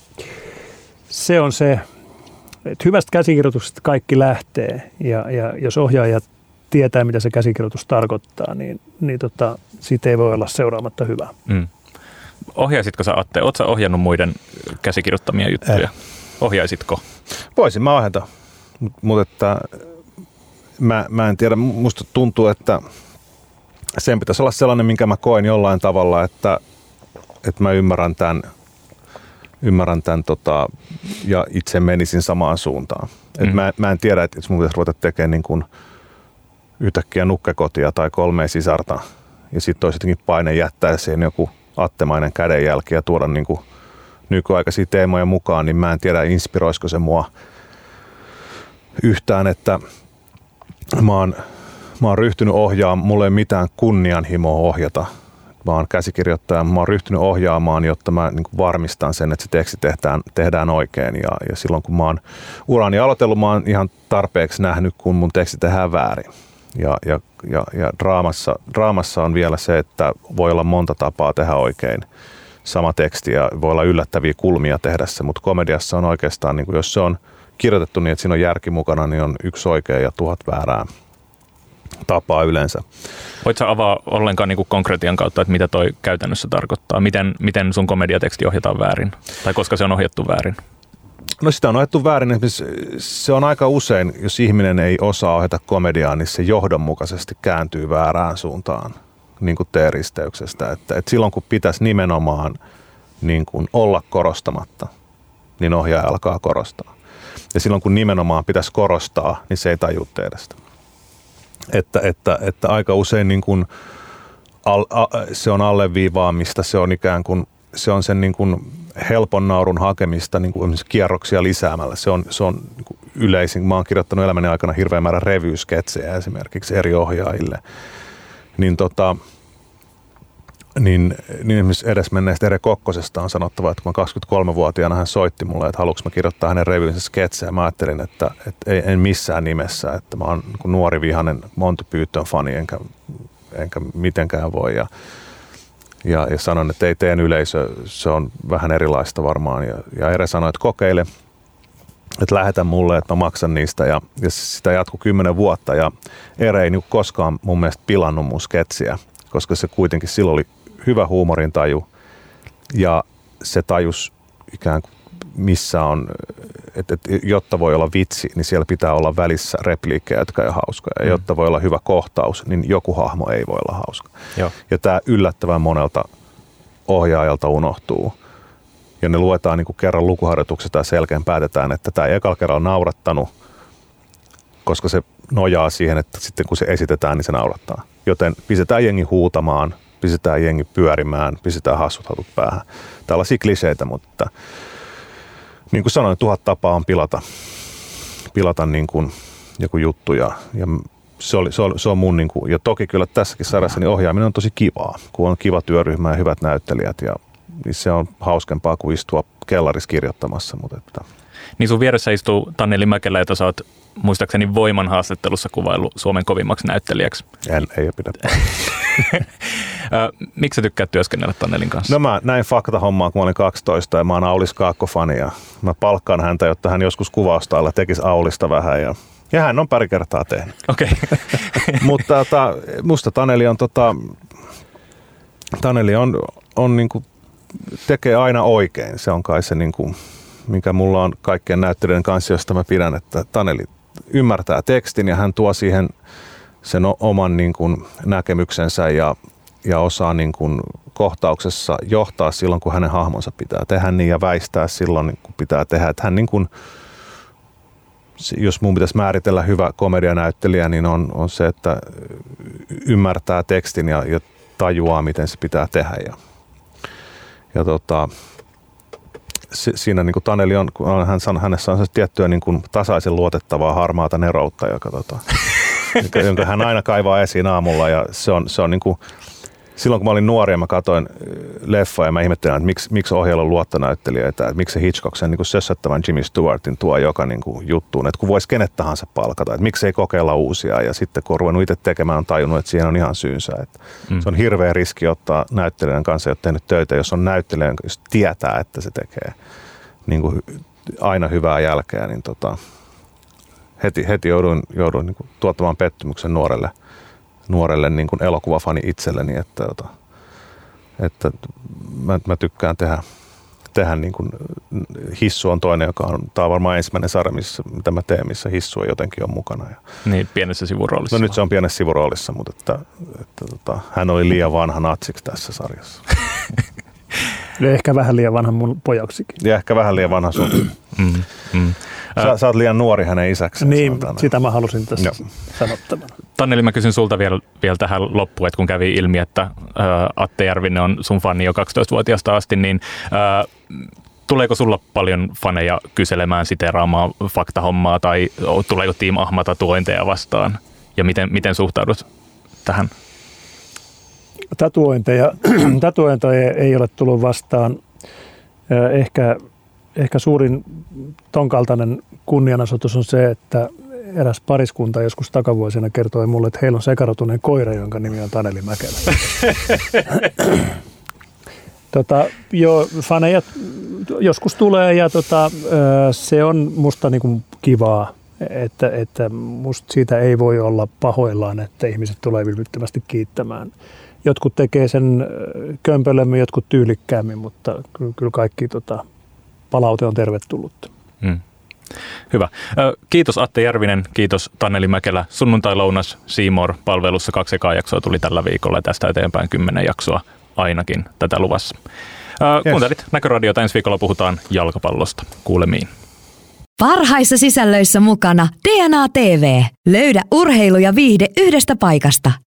se on se, että hyvästä käsikirjoituksesta kaikki lähtee ja, ja jos ohjaaja tietää, mitä se käsikirjoitus tarkoittaa, niin, niin tota, siitä ei voi olla seuraamatta hyvää. Mm. Ohjaisitko sä, Atte? Ootko sä ohjannut muiden käsikirjoittamia juttuja? Eh. Ohjaisitko? Voisin mä ohjata, mutta että mä, mä en tiedä, musta tuntuu, että sen pitäisi olla sellainen, minkä mä koen jollain tavalla, että että mä ymmärrän tämän, ymmärrän tämän tota, ja itse menisin samaan suuntaan. Mm. Et mä, mä en tiedä, että jos mun pitäisi ruveta tekemään niin kuin yhtäkkiä nukkekotia tai kolmea sisarta ja sitten olisi jotenkin paine jättää siihen joku attemainen kädenjälki ja tuoda niin kuin nykyaikaisia teemoja mukaan, niin mä en tiedä, inspiroisiko se mua yhtään, että mä oon, mä oon ryhtynyt ohjaamaan, mulla ei ole mitään kunnianhimoa ohjata. Mä oon käsikirjoittaja, mä oon ryhtynyt ohjaamaan, jotta mä niin kuin varmistan sen, että se teksti tehdään, tehdään oikein. Ja, ja silloin kun mä oon urani aloitellut, mä oon ihan tarpeeksi nähnyt, kun mun teksti tehdään väärin. Ja, ja, ja, ja draamassa, draamassa on vielä se, että voi olla monta tapaa tehdä oikein sama teksti ja voi olla yllättäviä kulmia tehdä se, mutta komediassa on oikeastaan, niin kuin jos se on kirjoitettu niin, että siinä on järki mukana, niin on yksi oikea ja tuhat väärää tapaa yleensä. Voitko sä avaa ollenkaan niin kuin konkretian kautta, että mitä toi käytännössä tarkoittaa? Miten, miten sun komediateksti ohjataan väärin? Tai koska se on ohjattu väärin? No sitä on ohjattu väärin. Se on aika usein, jos ihminen ei osaa ohjata komediaa, niin se johdonmukaisesti kääntyy väärään suuntaan niin kuin T-risteyksestä. Että, että silloin kun pitäisi nimenomaan niin kuin olla korostamatta, niin ohjaaja alkaa korostaa. Ja silloin kun nimenomaan pitäisi korostaa, niin se ei tajua tehdä sitä. Että, että, että aika usein niin kuin al, a, se on alleviivaamista, se on ikään kuin se on sen niin kuin helpon naurun hakemista niin kuin kierroksia lisäämällä. Se on, se on niin kuin yleisin. Mä oon kirjoittanut elämäni aikana hirveän määrän revy-sketsejä esimerkiksi eri ohjaajille. Niin, tota, niin, niin esimerkiksi edesmenneestä Ere Kokkosesta on sanottava, että kun kaksikymmentäkolmevuotiaana hän soitti mulle, että haluanko mä kirjoittaa hänen revyynsä sketsejä. Mä ajattelin, että, että ei, en missään nimessä, että mä oon niin kuin nuori vihainen Monty Python fani, enkä, enkä mitenkään voi. Ja, Ja, ja sanon, että ei teen yleisö, se on vähän erilaista varmaan. Ja, ja Ere sanoi, että kokeile, että lähetä mulle, että mä maksan niistä. Ja, ja sitä jatkui kymmenen vuotta. Ja Ere ei niin koskaan mun mielestä pilannut mun sketsiä, koska se kuitenkin silloin oli hyvä huumorintaju. Ja se tajus ikään kuin missä on, että, että jotta voi olla vitsi, niin siellä pitää olla välissä repliikkejä, jotka ei ole hauskoja. Ja jotta voi olla hyvä kohtaus, niin joku hahmo ei voi olla hauska. Joo. Ja tämä yllättävän monelta ohjaajalta unohtuu. Ja ne luetaan niin kuin kerran lukuharjoituksesta ja selkeän päätetään, että tämä ei ekalla kerralla naurattanut, koska se nojaa siihen, että sitten kun se esitetään, niin se naurattaa. Joten pistetään jengi huutamaan, pistetään jengi pyörimään, pistetään hassut hatut päähän. Tällaisia kliseitä, mutta niin kuin sanoin, tuhat tapaa on pilata, pilata niin kuin joku juttu ja, ja se, oli, se, oli, se on mun, niin kuin, ja toki kyllä tässäkin sarjassa niin ohjaaminen on tosi kivaa, kun on kiva työryhmä ja hyvät näyttelijät ja niin se on hauskempaa kuin istua kellarissa kirjoittamassa. Mutta että. Niin sun vieressä istuu Tanneli Mäkelä, jota sä oot muistaakseni Voiman haastattelussa kuvaillut Suomen kovimmaksi näyttelijäksi. En, ei pidä. Miksi sä tykkäät työskennellä Tannelin kanssa? No mä näin fakta-hommaa, kun mä olin kaksitoista ja mä oon Aulis Kaakko-fani ja mä palkkaan häntä, jotta hän joskus kuvaustailla tekisi Aulista vähän ja, ja hän on pari kertaa tehnyt. Okei. Okay. Mutta tota, musta Taneli on, tota, Taneli on, on niinku, tekee aina oikein. Se on kai se, niinku, mikä mulla on kaikkien näyttelijöiden kanssa, josta mä pidän, että Taneli ymmärtää tekstin ja hän tuo siihen sen oman niin kuin, näkemyksensä ja, ja osaa niin kuin, kohtauksessa johtaa silloin, kun hänen hahmonsa pitää tehdä niin ja väistää silloin, kun pitää tehdä. Että hän, niin kuin, jos mun pitäisi määritellä hyvä komedianäyttelijä, niin on, on se, että ymmärtää tekstin ja, ja tajuaa, miten se pitää tehdä. Ja, ja tota, si, siinä niin kuin Taneli on, hän sanoo, hänessä on se tiettyä niin kuin tasaisen luotettavaa harmaata neroutta, joka tota, jonka hän aina kaivaa esiin aamulla ja se on, se on niin kuin, silloin kun mä olin nuori ja mä katsoin leffa ja mä ihmettelin, että miksi, miksi ohjeella on luottonäyttelijöitä, että miksi se Hitchcock sen niin kuin sössöttävän Jimmy Stewartin tuo joka niin kuin juttuun, että kun voisi kenet tahansa palkata, että miksi ei kokeilla uusia ja sitten kun on ruvennut itse tekemään, on tajunnut, että siihen on ihan syynsä. Että mm. Se on hirveä riski ottaa näyttelijän kanssa, ei ole tehnyt töitä, jos on näyttelijän, jos tietää, että se tekee niin kuin aina hyvää jälkeä, niin tota, heti, heti jouduin, jouduin niin kuin tuottamaan pettymyksen nuorelle, nuorelle niin kuin elokuvafani itselleni, että, että mä, mä tykkään tehdä, tehdä niin kuin, Hissu on toinen, joka on, tää on varmaan ensimmäinen sarja, missä, mitä mä teen, missä Hissu jotenkin on mukana. Ja, niin, pienessä sivuroolissa. No nyt se on pienessä sivuroolissa, mutta että, että, että, hän oli liian vanha natsiksi tässä sarjassa. Ja ehkä vähän liian vanha mun pojaksikin. Ja ehkä vähän liian vanha sun. mm, mm. Sä, sä oot liian nuori hänen isäkseen. Niin, sitä mä halusin tässä sanottamaan. Tanneli, mä kysyn sulta vielä, vielä tähän loppuun, että kun kävi ilmi, että ä, Atte Järvinen on sun fani jo kaksitoistavuotiaasta asti, niin ä, tuleeko sulla paljon faneja kyselemään, siteeraamaan faktahommaa tai tuleeko Team Ahma tatuointeja vastaan? Ja miten, miten suhtaudut tähän? Tatuointeja, tatuointeja ei ole tullut vastaan. Ehkä, ehkä suurin ton kaltainen kunnianosoitus on se, että eräs pariskunta joskus takavuosina kertoi mulle, että heillä on sekarotuneen koira, jonka nimi on Taneli Mäkelä. tota, joo, faneja joskus tulee ja tota, se on musta niinku kivaa, että, että musta siitä ei voi olla pahoillaan, että ihmiset tulee vilpittömästi kiittämään. Jotkut tekee sen kömpelömmin, jotkut tyylikkäämmin, mutta kyllä kaikki tota, palaute on tervetullutta. Hmm. Hyvä. Kiitos Atte Järvinen, kiitos Taneli Mäkelä. Sunnuntai-lounas C More-palvelussa kaksi ekaa jaksoa tuli tällä viikolla ja tästä eteenpäin kymmenen jaksoa ainakin tätä luvassa. Yes. Kuuntelit Näköradiota, ensi viikolla puhutaan jalkapallosta. Kuulemiin. Parhaissa sisällöissä mukana D N A T V. Löydä urheilu ja viihde yhdestä paikasta.